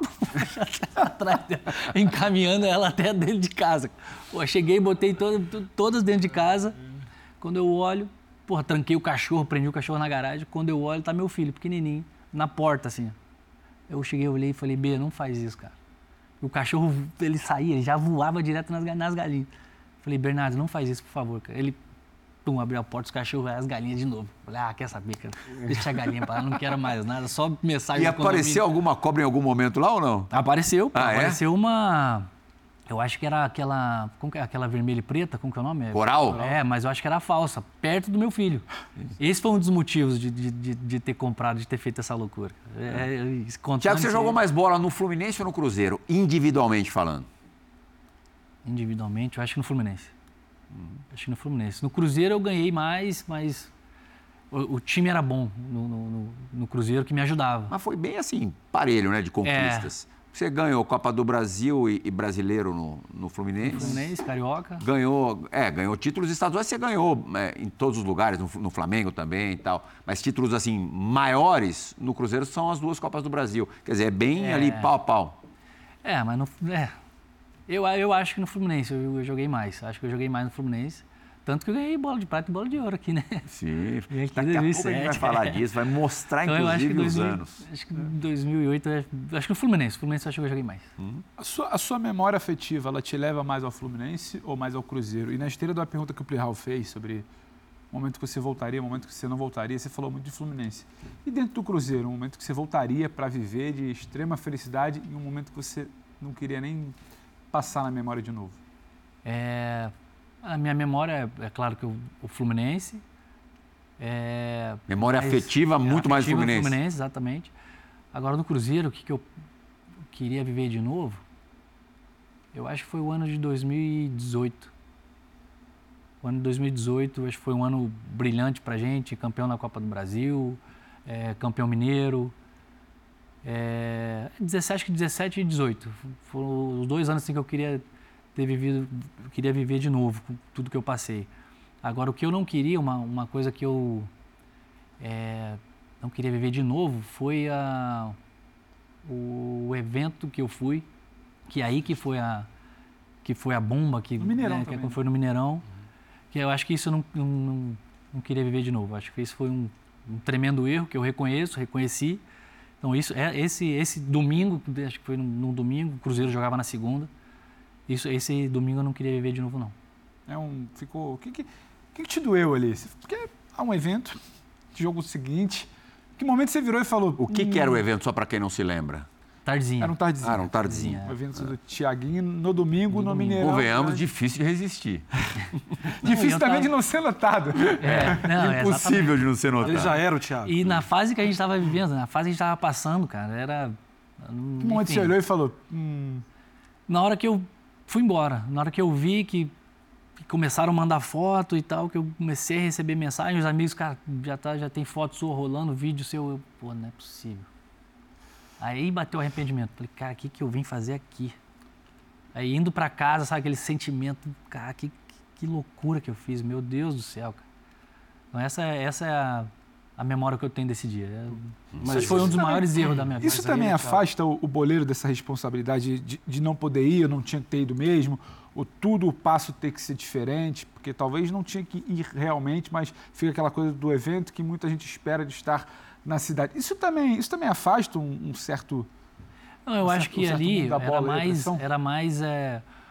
atrás dela, encaminhando ela até dentro de casa. Pô, cheguei e botei todas dentro de casa. Quando eu olho, porra, tranquei o cachorro, prendi o cachorro na garagem. Quando eu olho, tá meu filho, pequenininho, na porta, assim. Eu cheguei, olhei e falei, Bê, não faz isso, cara. O cachorro, ele saía, ele já voava direto nas galinhas. Falei, Bernardo, não faz isso, por favor, cara. Ele, abriu a porta, os cachorros, as galinhas de novo. Falei, quer saber, cara? Deixa a galinha pra lá, não quero mais nada, só mensagem. E apareceu alguma cobra em algum momento lá ou não? Apareceu, apareceu é? uma... Eu acho que era aquela... Como que é? Aquela vermelha e preta, como que é o nome? Coral? Mas eu acho que era falsa, perto do meu filho. Esse foi um dos motivos de ter comprado, de ter feito essa loucura. Thiago, você jogou mais bola no Fluminense ou no Cruzeiro? Individualmente falando. Individualmente, eu acho que no Fluminense. Acho que no Fluminense. No Cruzeiro eu ganhei mais, mas o time era bom no Cruzeiro, que me ajudava. Mas foi bem assim, parelho, né, de conquistas. Você ganhou Copa do Brasil e Brasileiro no Fluminense. No Fluminense, Carioca. Ganhou títulos estaduais, você ganhou em todos os lugares, no Flamengo também e tal. Mas títulos, assim, maiores no Cruzeiro são as 2 Copas do Brasil. Quer dizer, é bem ali pau a pau. Mas eu acho que no Fluminense eu joguei mais. Acho que eu joguei mais no Fluminense. Tanto que eu ganhei bola de prata e bola de ouro aqui, né? Sim. Aqui Daqui a pouco a gente vai falar disso, vai mostrar, então, inclusive, os anos. Acho que em 2008, acho que no Fluminense. No Fluminense eu acho que eu joguei mais. A sua memória afetiva, ela te leva mais ao Fluminense ou mais ao Cruzeiro? E na esteira da pergunta que o Plihal fez sobre o momento que você voltaria, o momento que você não voltaria, você falou muito de Fluminense. E dentro do Cruzeiro, um momento que você voltaria para viver de extrema felicidade e um momento que você não queria nem passar na memória de novo? A minha memória, é claro que o Fluminense. Memória afetiva, muito mais do Fluminense. Fluminense, exatamente. Agora, no Cruzeiro, o que eu queria viver de novo, eu acho que foi o ano de 2018. O ano de 2018, acho que foi um ano brilhante pra gente, campeão na Copa do Brasil, campeão mineiro. Acho que 17 e 18. Foram os 2 anos assim, que eu queria ter vivido, queria viver de novo, com tudo que eu passei. Agora, o que eu não queria, uma coisa que eu não queria viver de novo, foi o evento que eu fui, que aí que foi a bomba, que, no Mineirão que foi no Mineirão, que eu acho que isso eu não queria viver de novo. Acho que isso foi um tremendo erro que eu reconheci. Então, esse domingo, acho que foi num domingo, o Cruzeiro jogava na segunda. Esse domingo eu não queria viver de novo, não. O que te doeu ali? Porque há um evento, jogo seguinte, que momento você virou e falou... O que era o evento, só para quem não se lembra? Tardezinha. Era um tardezinho. Era um tardezinho. O evento do Thiaguinho no domingo, no Mineirão. Convenhamos, difícil de resistir. Difícil também de não ser notado. Impossível de não ser notado. Ele já era o Thiago. E na fase que a gente estava vivendo, na fase que a gente estava passando, cara, era... Que momento você olhou e falou... Na hora que eu fui embora, na hora que eu vi que começaram a mandar foto e tal, que eu comecei a receber mensagem, os amigos, cara, já tem foto sua rolando, vídeo seu, pô, não é possível. Aí bateu o arrependimento, falei, cara, o que eu vim fazer aqui? Aí indo pra casa, sabe, aquele sentimento, cara, que loucura que eu fiz, meu Deus do céu, cara. Então essa é a memória que eu tenho desse dia. Mas foi um dos maiores erros da minha vida. Isso também afasta o boleiro dessa responsabilidade de não poder ir, eu não tinha que ter ido mesmo, ou tudo o passo ter que ser diferente, porque talvez não tinha que ir realmente, mas fica aquela coisa do evento que muita gente espera de estar na cidade. Isso também afasta um certo... Não, eu acho que ali era mais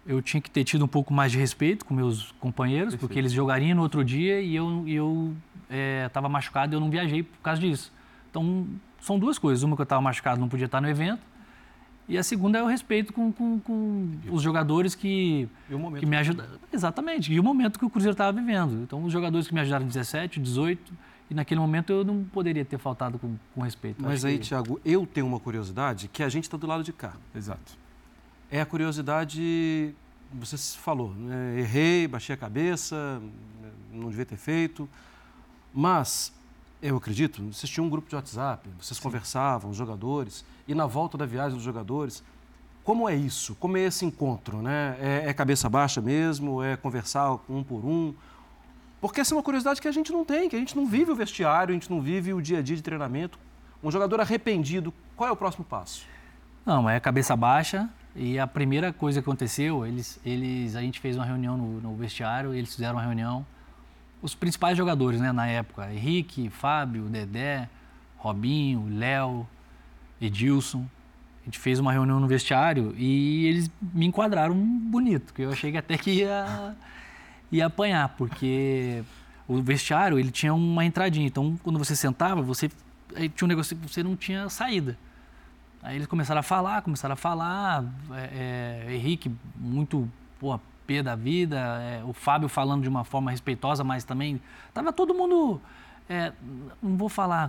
eu tinha que ter tido um pouco mais de respeito com meus companheiros, porque eles jogariam no outro dia e eu estava machucado e eu não viajei por causa disso. Então, são duas coisas. Uma, que eu estava machucado, não podia estar no evento. E a segunda é o respeito com os jogadores que me ajudaram. Exatamente. E o momento que o Cruzeiro estava vivendo. Então, os jogadores que me ajudaram em 17, 18, e naquele momento eu não poderia ter faltado com respeito. Mas aí, Thiago, eu tenho uma curiosidade que a gente está do lado de cá. Exato. É a curiosidade, você falou, né? Errei, baixei a cabeça, não devia ter feito, mas eu acredito, vocês tinham um grupo de WhatsApp, vocês conversavam, os jogadores, e na volta da viagem dos jogadores, como é isso? Como é esse encontro, né? É cabeça baixa mesmo? É conversar um por um? Porque essa é uma curiosidade que a gente não tem, que a gente não vive o vestiário, a gente não vive o dia a dia de treinamento. Um jogador arrependido, qual é o próximo passo? Não, é cabeça baixa. E a primeira coisa que aconteceu, a gente fez uma reunião no vestiário, eles fizeram uma reunião. Os principais jogadores, né, na época, Henrique, Fábio, Dedé, Robinho, Léo, Edilson. A gente fez uma reunião no vestiário e eles me enquadraram bonito, que eu achei que até que ia apanhar, porque o vestiário, ele tinha uma entradinha. Então, quando você sentava, aí tinha um negócio que você não tinha saída. Aí eles começaram a falar, Henrique muito, pé da vida, o Fábio falando de uma forma respeitosa, mas também estava todo mundo, não vou falar,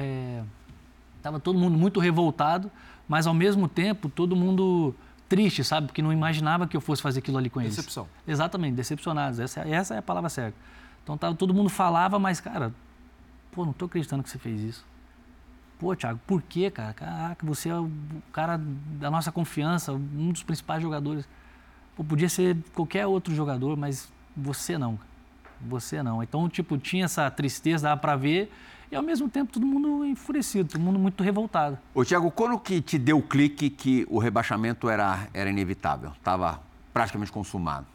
estava todo mundo muito revoltado, mas ao mesmo tempo todo mundo triste, sabe? Porque não imaginava que eu fosse fazer aquilo ali com eles. Decepção. Exatamente, decepcionados, essa é a palavra certa. Então todo mundo falava, mas cara, não estou acreditando que você fez isso. Pô, Thiago, por quê, cara? Caraca, você é o cara da nossa confiança, um dos principais jogadores. Pô, podia ser qualquer outro jogador, mas você não. Você não. Então, tinha essa tristeza, dava pra ver, e ao mesmo tempo todo mundo enfurecido, todo mundo muito revoltado. Ô, Thiago, quando que te deu o clique que o rebaixamento era inevitável? Estava praticamente consumado?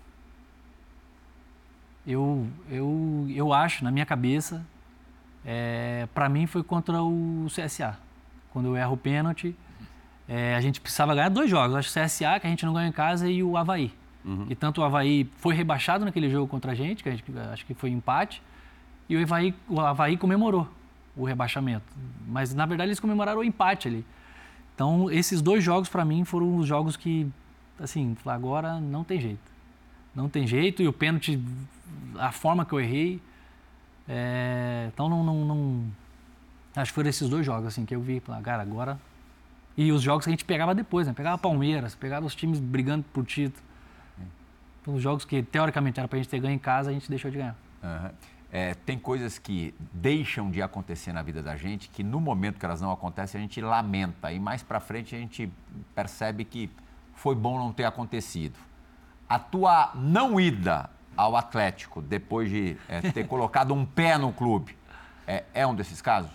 Eu acho, na minha cabeça... para mim foi contra o CSA. Quando eu erro o pênalti, a gente precisava ganhar 2 jogos. Acho que o CSA, que a gente não ganhou em casa, e o Avaí. E tanto o Avaí foi rebaixado naquele jogo contra a gente, que acho que foi empate, e o Avaí comemorou o rebaixamento. Mas, na verdade, eles comemoraram o empate ali. Então, esses 2 jogos, para mim, foram os jogos que, assim, agora não tem jeito. Não tem jeito, e o pênalti, a forma que eu errei... então, acho que foram esses 2 jogos, assim, que eu vi, cara, agora... E os jogos que a gente pegava depois, né? Pegava Palmeiras, pegava os times brigando por título. Então, os jogos que, teoricamente, era pra gente ter ganho em casa, a gente deixou de ganhar. Uhum. Tem coisas que deixam de acontecer na vida da gente, que no momento que elas não acontecem, a gente lamenta. E mais pra frente, a gente percebe que foi bom não ter acontecido. A tua não ida ao Atlético, depois de ter colocado um pé no clube, é um desses casos?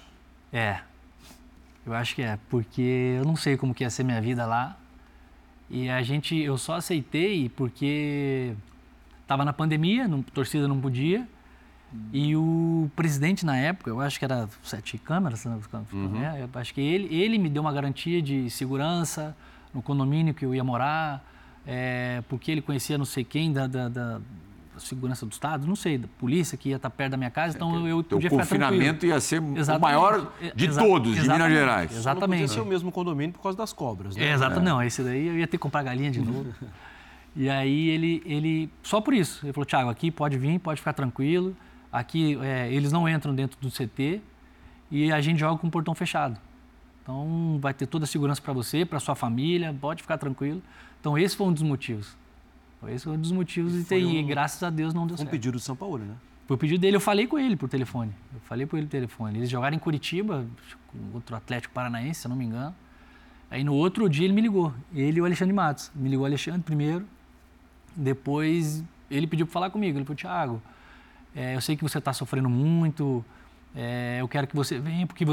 Eu acho que porque eu não sei como que ia ser minha vida lá, e eu só aceitei porque estava na pandemia, torcida não podia, e o presidente na época, eu acho que era 7 Câmaras, né? Eu acho que ele me deu uma garantia de segurança no condomínio que eu ia morar, porque ele conhecia não sei quem da segurança do Estado, não sei, da polícia que ia estar perto da minha casa, então eu podia ficar tranquilo. O confinamento ia ser o maior de todos, de Minas Gerais. Exatamente. Só não podia ser o mesmo condomínio por causa das cobras, né? Não, esse daí eu ia ter que comprar galinha de novo. E aí ele, só por isso, ele falou, Thiago, aqui pode vir, pode ficar tranquilo, aqui eles não entram dentro do CT e a gente joga com o portão fechado. Então vai ter toda a segurança para você, para sua família, pode ficar tranquilo. Então esse foi um dos motivos. Esse foi um dos motivos de ter ido, e graças a Deus não deu certo. Foi um pedido do São Paulo, né? Foi o pedido dele, eu falei com ele por telefone. Eles jogaram em Curitiba, contra o Atlético Paranaense, se eu não me engano. Aí no outro dia ele me ligou, ele e o Alexandre Matos. Me ligou o Alexandre primeiro, depois ele pediu para falar comigo. Ele falou, Thiago, eu sei que você está sofrendo muito, eu quero que você venha, porque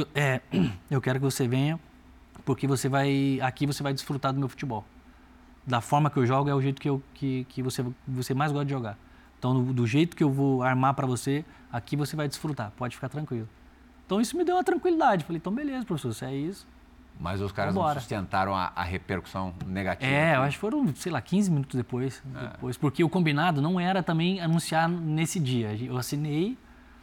aqui você vai desfrutar do meu futebol. Da forma que eu jogo é o jeito que você mais gosta de jogar. Então, do jeito que eu vou armar para você, aqui você vai desfrutar, pode ficar tranquilo. Então, isso me deu uma tranquilidade. Falei, então beleza, professor, se é isso, Mas os caras não sustentaram a repercussão negativa. Eu acho que foram, sei lá, 15 minutos depois. Porque o combinado não era também anunciar nesse dia. Eu assinei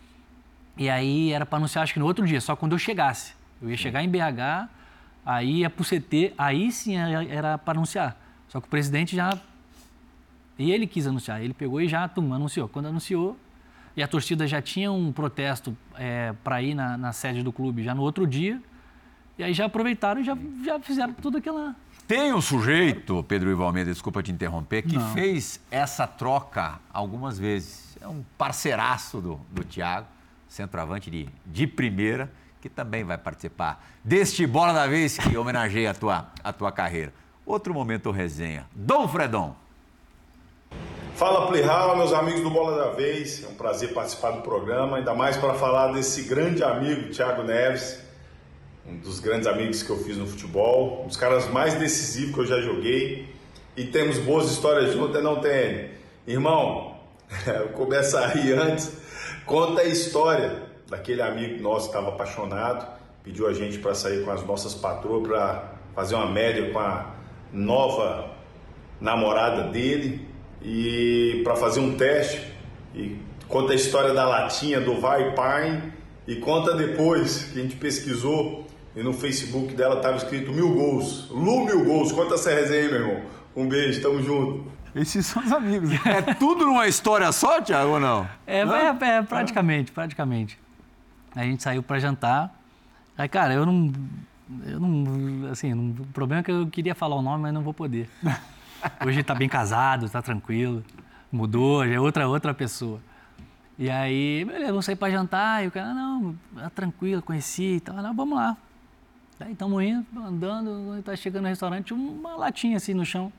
e aí era para anunciar acho que no outro dia, só quando eu chegasse. Eu ia chegar em BH, aí ia pro CT, aí sim era para anunciar. Só que o presidente já... E ele quis anunciar, ele pegou e já anunciou. Quando anunciou, e a torcida já tinha um protesto para ir na sede do clube já no outro dia, e aí já aproveitaram e já fizeram tudo aquilo. Tem um sujeito, Pedro Ivo Almeida, desculpa te interromper, que fez essa troca algumas vezes. É um parceiraço do Thiago, centroavante de primeira, que também vai participar deste Bola da Vez que homenageia a tua carreira. Outro momento resenha. Dom Fredon. Fala, Plihal, meus amigos do Bola da Vez. É um prazer participar do programa, ainda mais para falar desse grande amigo, Thiago Neves, um dos grandes amigos que eu fiz no futebol, um dos caras mais decisivos que eu já joguei. E temos boas histórias juntas, não tem? Irmão, eu começo a rir antes. Conta a história daquele amigo nosso que estava apaixonado, pediu a gente para sair com as nossas patroas para fazer uma média com a nova namorada dele e para fazer um teste. E conta a história da latinha do Vai Pai e conta depois que a gente pesquisou e no Facebook dela estava escrito 1000 gols. Lu 1000 gols. Conta essa resenha aí, meu irmão. Um beijo, tamo junto. Esses são os amigos. É tudo numa história só, Thiago, ou não? Praticamente. A gente saiu para jantar. Aí, cara, eu não... Assim, o problema é que eu queria falar o nome, mas não vou poder. Hoje ele tá bem casado, tá tranquilo. Mudou, já é outra pessoa. E aí, beleza, vamos sair para jantar. E o cara, não, tranquilo, conheci e tal. Não, vamos lá. Daí estamos indo, andando, tá chegando no restaurante, uma latinha assim no chão.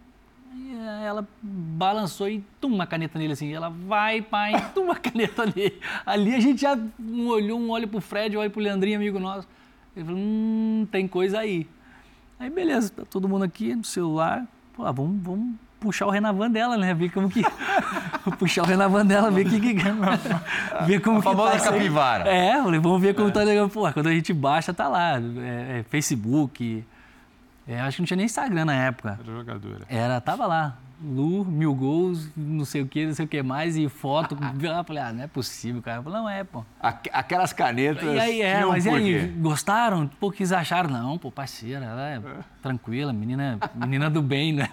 Aí ela balançou e uma caneta nele assim. Ela, vai, pai, uma caneta nele. Ali a gente já olhou, um olha pro Fred, olha pro Leandrinho, amigo nosso. Ele falou, tem coisa aí. Aí beleza, tá todo mundo aqui no celular. Pô, vamos puxar o Renavan dela, né? Ver como que... puxar o Renavan dela, ver ver como que tá. A famosa capivara. Vamos ver como tá legal. Pô, quando a gente baixa, tá lá. Facebook. Acho que não tinha nem Instagram na época. Era jogadora. Tava lá. Lu, 1000 gols, não sei o que mais, e foto. Eu falei, não é possível, cara. Eu falei, não pô. Aquelas canetas. E aí, mas e aí, gostaram? Pô, que acharam? Não, pô, parceira, ela é tranquila, menina do bem, né?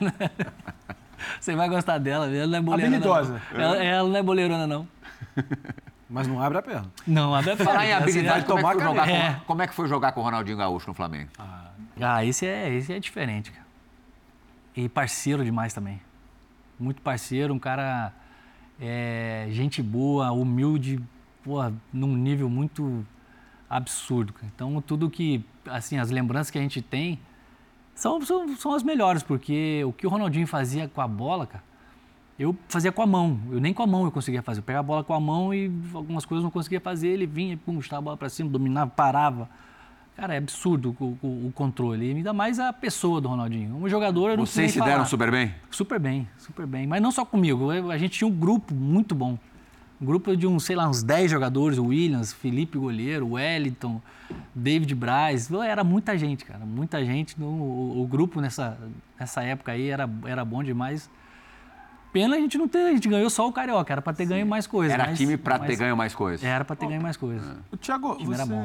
Você vai gostar dela, ela não é boleirona. Habilidosa. Ela não é boleirona, não. Mas não abre a perna. Não abre a perna. Falar em habilidade, como é que foi jogar com o Ronaldinho Gaúcho no Flamengo? Esse é diferente, cara. E parceiro demais também. Muito parceiro, um cara gente boa, humilde, num nível muito absurdo. Então, tudo que, assim, as lembranças que a gente tem são as melhores, porque o que o Ronaldinho fazia com a bola, cara, eu fazia com a mão. Nem com a mão eu conseguia fazer. Eu pegava a bola com a mão e algumas coisas eu não conseguia fazer. Ele vinha, chutava a bola para cima, dominava, parava. Cara, é absurdo o controle. Ainda mais a pessoa do Ronaldinho. Um jogador... Vocês se deram super bem? Super bem. Mas não só comigo. A gente tinha um grupo muito bom. Um grupo de uns 10 jogadores. O Williams, Felipe Goleiro, Wellington, David Braz. Era muita gente, cara. Muita gente. O grupo nessa época aí era bom demais. Pena a gente não ter... A gente ganhou só o Carioca. Era para ter ganho mais coisas. Era time para ter ganho mais coisas. Era para ter ganho mais coisas. Thiago,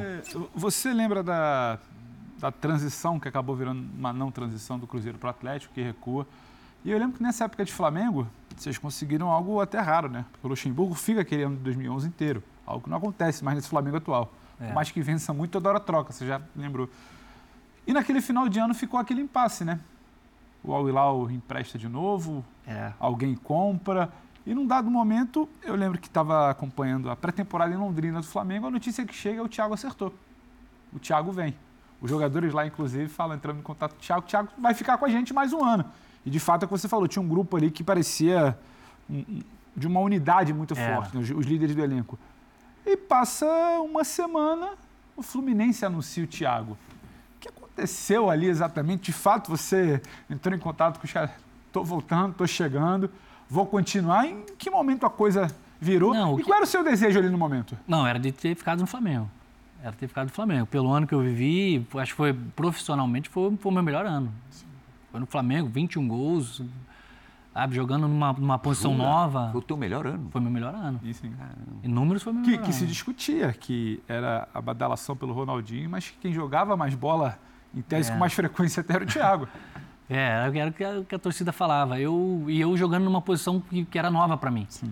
você lembra da transição que acabou virando uma não transição do Cruzeiro para o Atlético, que recua? E eu lembro que nessa época de Flamengo, vocês conseguiram algo até raro, né? Porque o Luxemburgo fica aquele ano de 2011 inteiro. Algo que não acontece mais nesse Flamengo atual. Por mais que vença muito, toda hora troca, você já lembrou. E naquele final de ano ficou aquele impasse, né? O Al Hilal empresta de novo, alguém compra. E num dado momento, eu lembro que estava acompanhando a pré-temporada em Londrina do Flamengo, a notícia que chega é o Thiago acertou. O Thiago vem. Os jogadores lá, inclusive, falam, entrando em contato com o Thiago, vai ficar com a gente mais um ano. E de fato, é o que você falou, tinha um grupo ali que parecia de uma unidade muito forte, né, os líderes do elenco. E passa uma semana, o Fluminense anuncia o Thiago. O que aconteceu ali exatamente? De fato, você entrou em contato com os caras, estou voltando, estou chegando, vou continuar. Em que momento a coisa virou? Qual era o seu desejo ali no momento? Não, era de ter ficado no Flamengo. Era ter ficado no Flamengo. Pelo ano que eu vivi, acho que foi profissionalmente, foi o meu melhor ano. Foi no Flamengo, 21 gols, sabe, jogando numa posição nova. Foi o teu melhor ano? Foi o meu melhor ano. Isso, hein? Em números foi o meu melhor ano. Que se discutia que era a badalação pelo Ronaldinho, mas quem jogava mais bola, em tese, com mais frequência até era o Thiago. Era o que a torcida falava. Eu jogando numa posição que era nova para mim. Sim.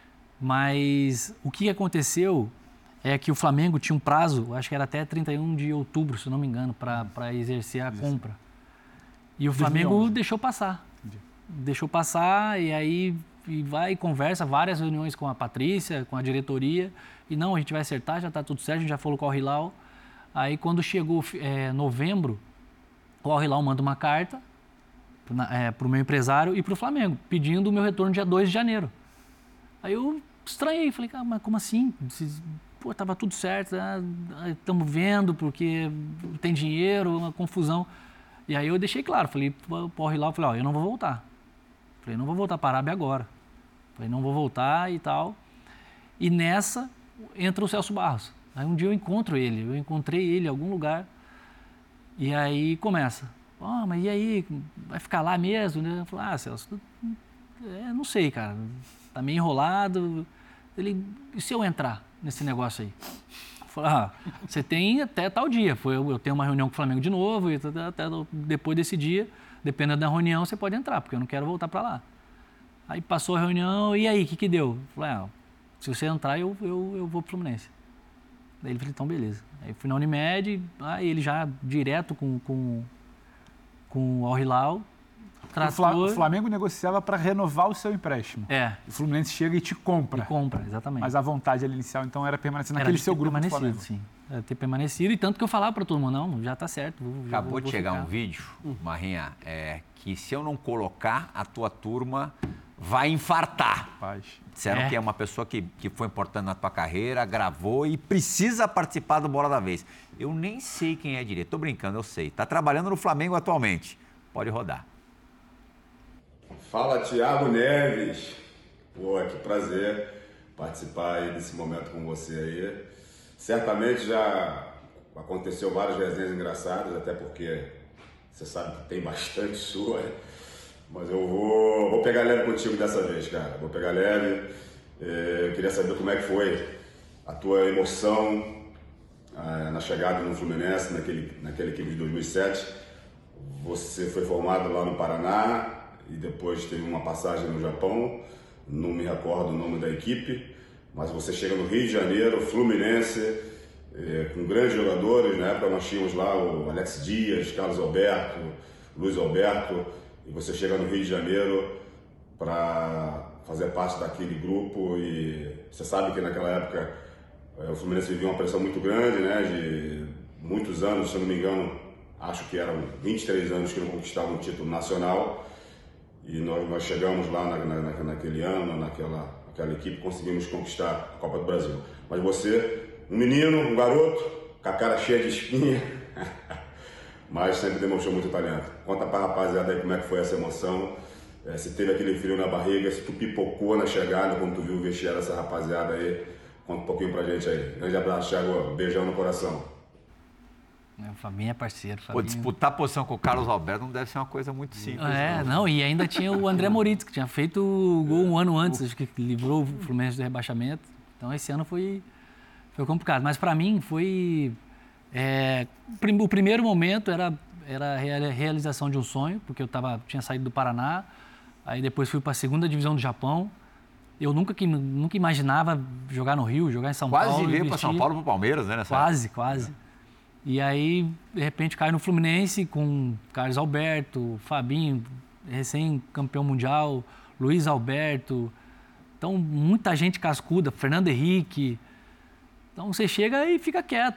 Mas o que aconteceu é que o Flamengo tinha um prazo, acho que era até 31 de outubro, se eu não me engano, para exercer a compra. E o Flamengo 2011. deixou passar. Deixou passar e aí vai e conversa, várias reuniões com a Patrícia, com a diretoria. E não, a gente vai acertar, já está tudo certo, a gente já falou com o Al-Hilal. Aí quando chegou novembro, o Al-Hilal manda uma carta para o meu empresário e para o Flamengo, pedindo o meu retorno dia 2 de janeiro. Aí eu estranhei, falei, cara, mas como assim? Pô, estava tudo certo, estamos vendo porque tem dinheiro, uma confusão. E aí eu deixei claro, falei para o Al-Hilal, falei, eu não vou voltar. Falei, não vou voltar para a Arábia agora. Falei, não vou voltar e tal. E nessa entra o Celso Barros. Aí um dia eu encontrei ele em algum lugar. E aí começa, mas e aí, vai ficar lá mesmo? Eu falei, Celso, não sei, cara, tá meio enrolado. Ele, e se eu entrar nesse negócio aí? Eu falei, você tem até tal dia. Eu tenho uma reunião com o Flamengo de novo, e até depois desse dia, dependendo da reunião, você pode entrar, porque eu não quero voltar para lá. Aí passou a reunião, e aí, o que deu? Eu falei, se você entrar, eu vou pro Fluminense. Daí ele falou, então beleza. Aí fui na Unimed, ele já direto com o Al-Hilal. O Flamengo negociava para renovar o seu empréstimo. O Fluminense chega e te compra. E compra, exatamente. Mas a vontade inicial, então, era permanecer naquele seu grupo do Flamengo. Sim. Era ter permanecido. E tanto que eu falava para todo mundo, não, já está certo. Acabou de chegar um vídeo, Marrinha, que se eu não colocar, a tua turma vai infartar. Disseram que é uma pessoa que foi importante na tua carreira, gravou e precisa participar do Bola da Vez. Eu nem sei quem é direito. Tô brincando, eu sei. Tá trabalhando no Flamengo atualmente. Pode rodar. Fala, Thiago Neves. Pô, que prazer participar aí desse momento com você aí. Certamente já aconteceu várias resenhas engraçadas, até porque você sabe que tem bastante sua. Mas eu vou pegar leve contigo dessa vez, cara. Vou pegar leve. Eu queria saber como é que foi a tua emoção na chegada no Fluminense, naquela equipe de 2007. Você foi formado lá no Paraná e depois teve uma passagem no Japão. Não me recordo o nome da equipe, mas você chega no Rio de Janeiro, Fluminense, com grandes jogadores. Na época nós tínhamos lá o Alex Dias, Carlos Alberto, Luiz Alberto. E você chega no Rio de Janeiro para fazer parte daquele grupo e você sabe que naquela época o Fluminense vivia uma pressão muito grande, né? De muitos anos, se eu não me engano, acho que eram 23 anos que não conquistavam um título nacional e nós chegamos lá naquele ano, naquela equipe, conseguimos conquistar a Copa do Brasil. Mas você, um menino, um garoto, com a cara cheia de espinha, mas sempre demonstrou muito talento. Conta pra rapaziada aí como é que foi essa emoção, se teve aquele frio na barriga, se tu pipocou na chegada quando tu viu o vestiário dessa rapaziada aí. Conta um pouquinho pra gente aí. Grande abraço, Thiago. Beijão no coração. O Fabinho é parceiro. Pô, disputar a posição com o Carlos Alberto não deve ser uma coisa muito simples. E ainda tinha o André Moritz, que tinha feito o gol um ano antes, acho que livrou o Fluminense do rebaixamento. Então esse ano foi complicado. Mas pra mim foi... o primeiro momento era a realização de um sonho, porque eu tinha saído do Paraná, aí depois fui para a segunda divisão do Japão. Eu nunca imaginava jogar no Rio, jogar em São Paulo. Quase veio para São Paulo, para o Palmeiras, né? Quase. E aí, de repente, caio no Fluminense com Carlos Alberto, Fabinho, recém-campeão mundial, Luiz Alberto. Então, muita gente cascuda, Fernando Henrique. Então você chega e fica quieto.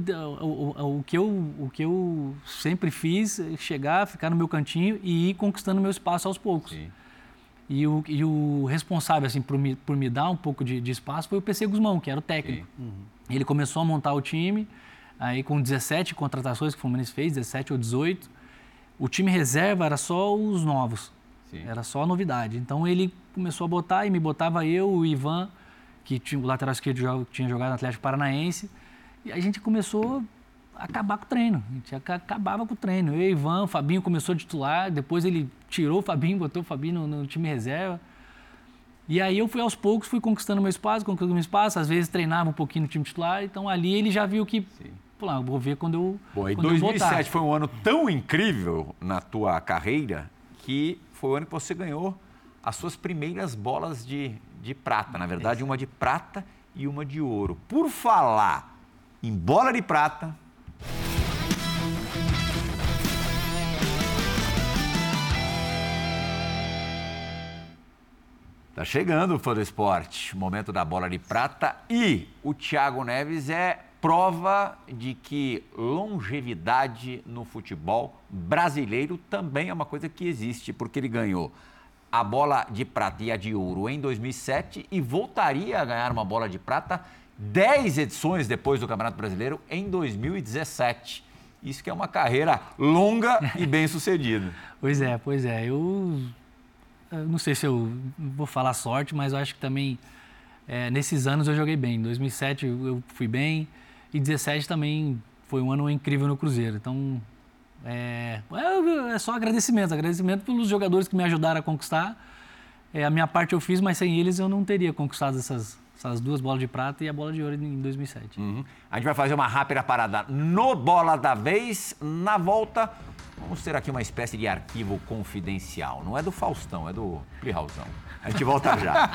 O que eu sempre fiz é chegar, ficar no meu cantinho e ir conquistando meu espaço aos poucos. Sim. E o responsável assim, por me dar um pouco de espaço foi o PC Guzmão, que era o técnico. Ele começou a montar o time, aí com 17 contratações que o Fluminense fez, 17 ou 18. O time reserva era só os novos, era só a novidade. Então ele começou a botar e me botava eu, o Ivan, que tinha o lateral esquerdo que tinha jogado no Atlético Paranaense, E a gente começou a acabar com o treino. A gente acabava com o treino. Eu e Ivan, o Fabinho começou a titular, depois ele tirou o Fabinho, botou o Fabinho no time reserva. E aí eu aos poucos, fui conquistando meu espaço, às vezes treinava um pouquinho no time titular, então ali ele já viu que, pô, lá, vou ver quando eu Bom, e quando 2007 foi um ano tão incrível na tua carreira que foi o ano que você ganhou as suas primeiras bolas de prata. Na verdade, uma de prata e uma de ouro. Por falar em bola de prata... Tá chegando o Fã do Esporte, o momento da bola de prata, e o Thiago Neves é prova de que longevidade no futebol brasileiro também é uma coisa que existe, porque ele ganhou a bola de prata e a de ouro em 2007 e voltaria a ganhar uma bola de prata 10 edições depois do Campeonato Brasileiro em 2017. Isso que é uma carreira longa e bem-sucedida. Pois é. Eu não sei se eu vou falar sorte, mas eu acho que também nesses anos eu joguei bem. Em 2007 eu fui bem e 2017 também foi um ano incrível no Cruzeiro. Então, é só agradecimento pelos jogadores que me ajudaram a conquistar. A minha parte eu fiz, mas sem eles eu não teria conquistado essas 2 bolas de prata e a bola de ouro em 2007. A gente vai fazer uma rápida parada no Bola da Vez. Na volta, vamos ter aqui uma espécie de arquivo confidencial. Não é do Faustão, é do Plihallzão. A gente volta já.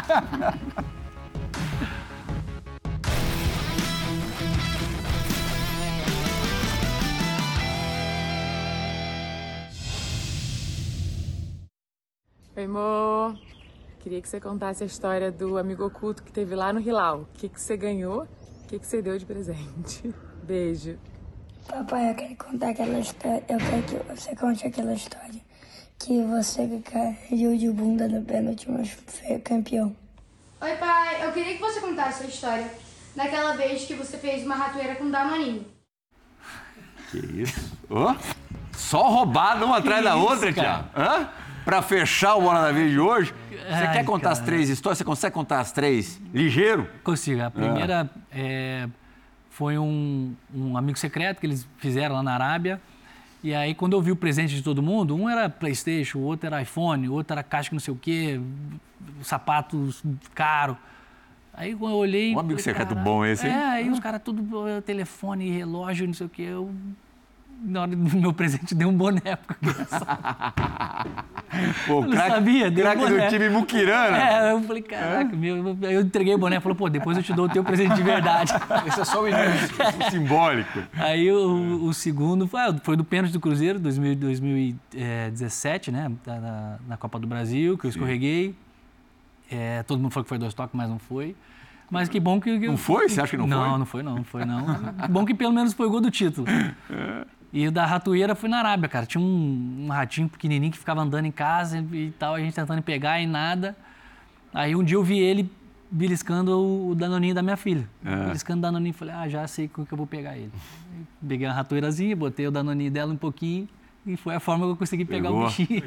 Oi, amor. Queria que você contasse a história do amigo oculto que teve lá no Hilal. O que você ganhou? O que você deu de presente? Beijo. Papai, eu quero contar aquela história. Eu quero que você conte aquela história que você caiu de bunda no pênalti, mas foi campeão. Oi, pai. Eu queria que você contasse a história daquela vez que você fez uma ratoeira com Danoninho. Que isso? Oh, só roubada uma atrás da outra, Thiago. Para fechar o Bola da Vez de hoje, você quer contar as 3 histórias? Você consegue contar as 3 ligeiro? Consigo. A primeira foi um amigo secreto que eles fizeram lá na Arábia. E aí, quando eu vi o presente de todo mundo, um era PlayStation, o outro era iPhone, o outro era caixa que não sei o quê, sapatos caro. Aí, quando eu olhei... Um amigo secreto bom esse, hein? Aí os caras tudo, telefone, relógio, não sei o quê. Na hora do meu presente, dei um boné pra criança. Pô, craque do time Muquirana. Eu falei, caraca, eu entreguei o boné e falou, pô, depois eu te dou o teu presente de verdade. Esse é só o início, simbólico. Aí o segundo foi do pênalti do Cruzeiro, 2017, né, na Copa do Brasil, que eu escorreguei. Todo mundo falou que foi 2 toques, mas não foi. Mas que bom que... Não foi? Você acha que não foi? Não foi não. Que bom que pelo menos foi o gol do título. E o da ratoeira foi na Arábia, cara. Tinha um ratinho pequenininho que ficava andando em casa e tal, a gente tentando pegar e nada. Aí um dia eu vi ele beliscando o Danoninho da minha filha. Beliscando o Danoninho, falei, já sei como que eu vou pegar ele. Peguei uma ratoeirazinha, botei o Danoninho dela um pouquinho e foi a forma que eu consegui pegar o bichinho.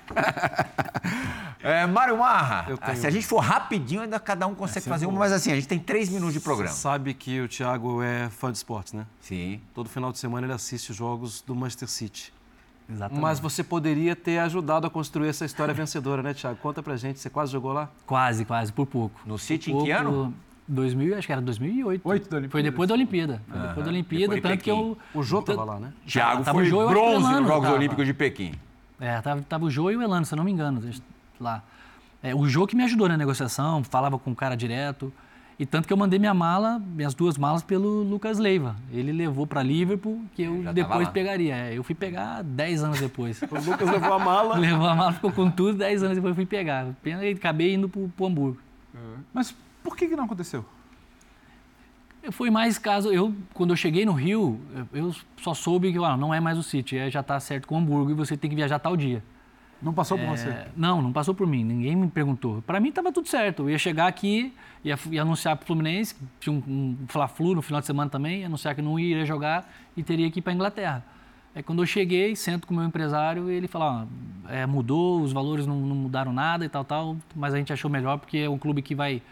Mário Marra, se a gente for rapidinho, ainda cada um consegue fazer uma, mas assim, a gente tem 3 minutos de programa. Você sabe que o Thiago é fã de esportes, né? Sim. Todo final de semana ele assiste os jogos do Manchester City. Exatamente. Mas você poderia ter ajudado a construir essa história vencedora, né, Thiago? Conta pra gente, você quase jogou lá? Quase, por pouco. No City em que ano? 2000, acho que era 2008. Foi depois da Olimpíada. Tanto que eu... O Jô tava lá, né? Thiago foi bronze nos Jogos Olímpicos de Pequim. Tava o Jô e o Elano, se eu não me engano, lá. O Jô que me ajudou na negociação, falava com o cara direto. E tanto que eu mandei minhas 2 malas pelo Lucas Leiva. Ele levou para Liverpool, que eu depois pegaria. Eu fui pegar 10 anos depois. O Lucas levou a mala. Levou a mala, ficou com tudo, 10 anos depois eu fui pegar. E acabei indo pro Hamburgo. Mas por que não aconteceu? Foi mais caso... Quando eu cheguei no Rio, eu só soube que não é mais o City, já está certo com o Hamburgo e você tem que viajar tal dia. Não passou por você? Não passou por mim. Ninguém me perguntou. Para mim estava tudo certo. Eu ia chegar aqui, ia anunciar para o Fluminense, tinha um Fla-Flu no final de semana também, ia anunciar que não iria jogar e teria que ir para a Inglaterra. Aí quando eu cheguei, sento com o meu empresário, ele falou, mudou, os valores não mudaram nada e tal, mas a gente achou melhor porque é um clube que vai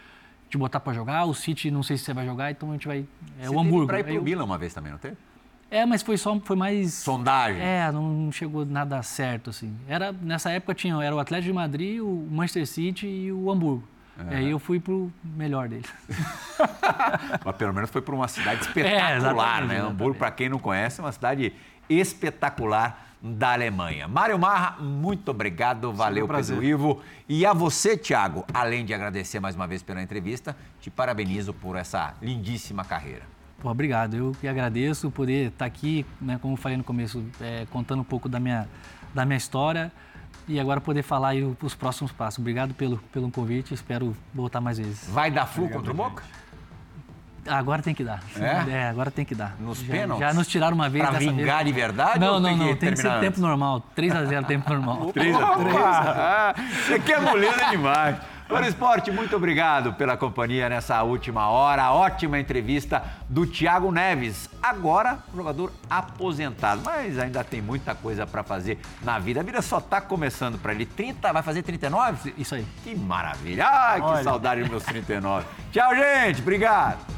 te botar para jogar, o City não sei se você vai jogar, então a gente vai... Você o Hamburgo. Para ir pro Milan uma vez também, não teve? Mas foi mais... Sondagem. Não chegou nada certo, assim. Nessa época era o Atlético de Madrid, o Manchester City e o Hamburgo. E aí eu fui pro melhor dele. Mas pelo menos foi para uma cidade espetacular, né? Hamburgo, para quem não conhece, é uma cidade espetacular da Alemanha. Mário Marra, muito obrigado, valeu, Pedro Ivo. E a você, Thiago, além de agradecer mais uma vez pela entrevista, te parabenizo por essa lindíssima carreira. Pô, obrigado, eu que agradeço poder estar aqui, né, como eu falei no começo, contando um pouco da minha história e agora poder falar aí os próximos passos. Obrigado pelo convite, espero voltar mais vezes. Vai dar Flu contra o Boca? Agora tem que dar. Agora tem que dar. Nos pênaltis? Já nos tiraram uma vez. Pra vingar de verdade? Não, tem que ser tempo normal. 3-0, tempo normal. 3-3. Você quer moleza demais. Para o Esporte, muito obrigado pela companhia nessa última hora. Ótima entrevista do Thiago Neves. Agora, jogador aposentado, mas ainda tem muita coisa para fazer na vida. A vida só está começando para ele. 30, vai fazer 39? Isso aí. Que maravilha. Ai, que saudade dos meus 39. Tchau, gente. Obrigado.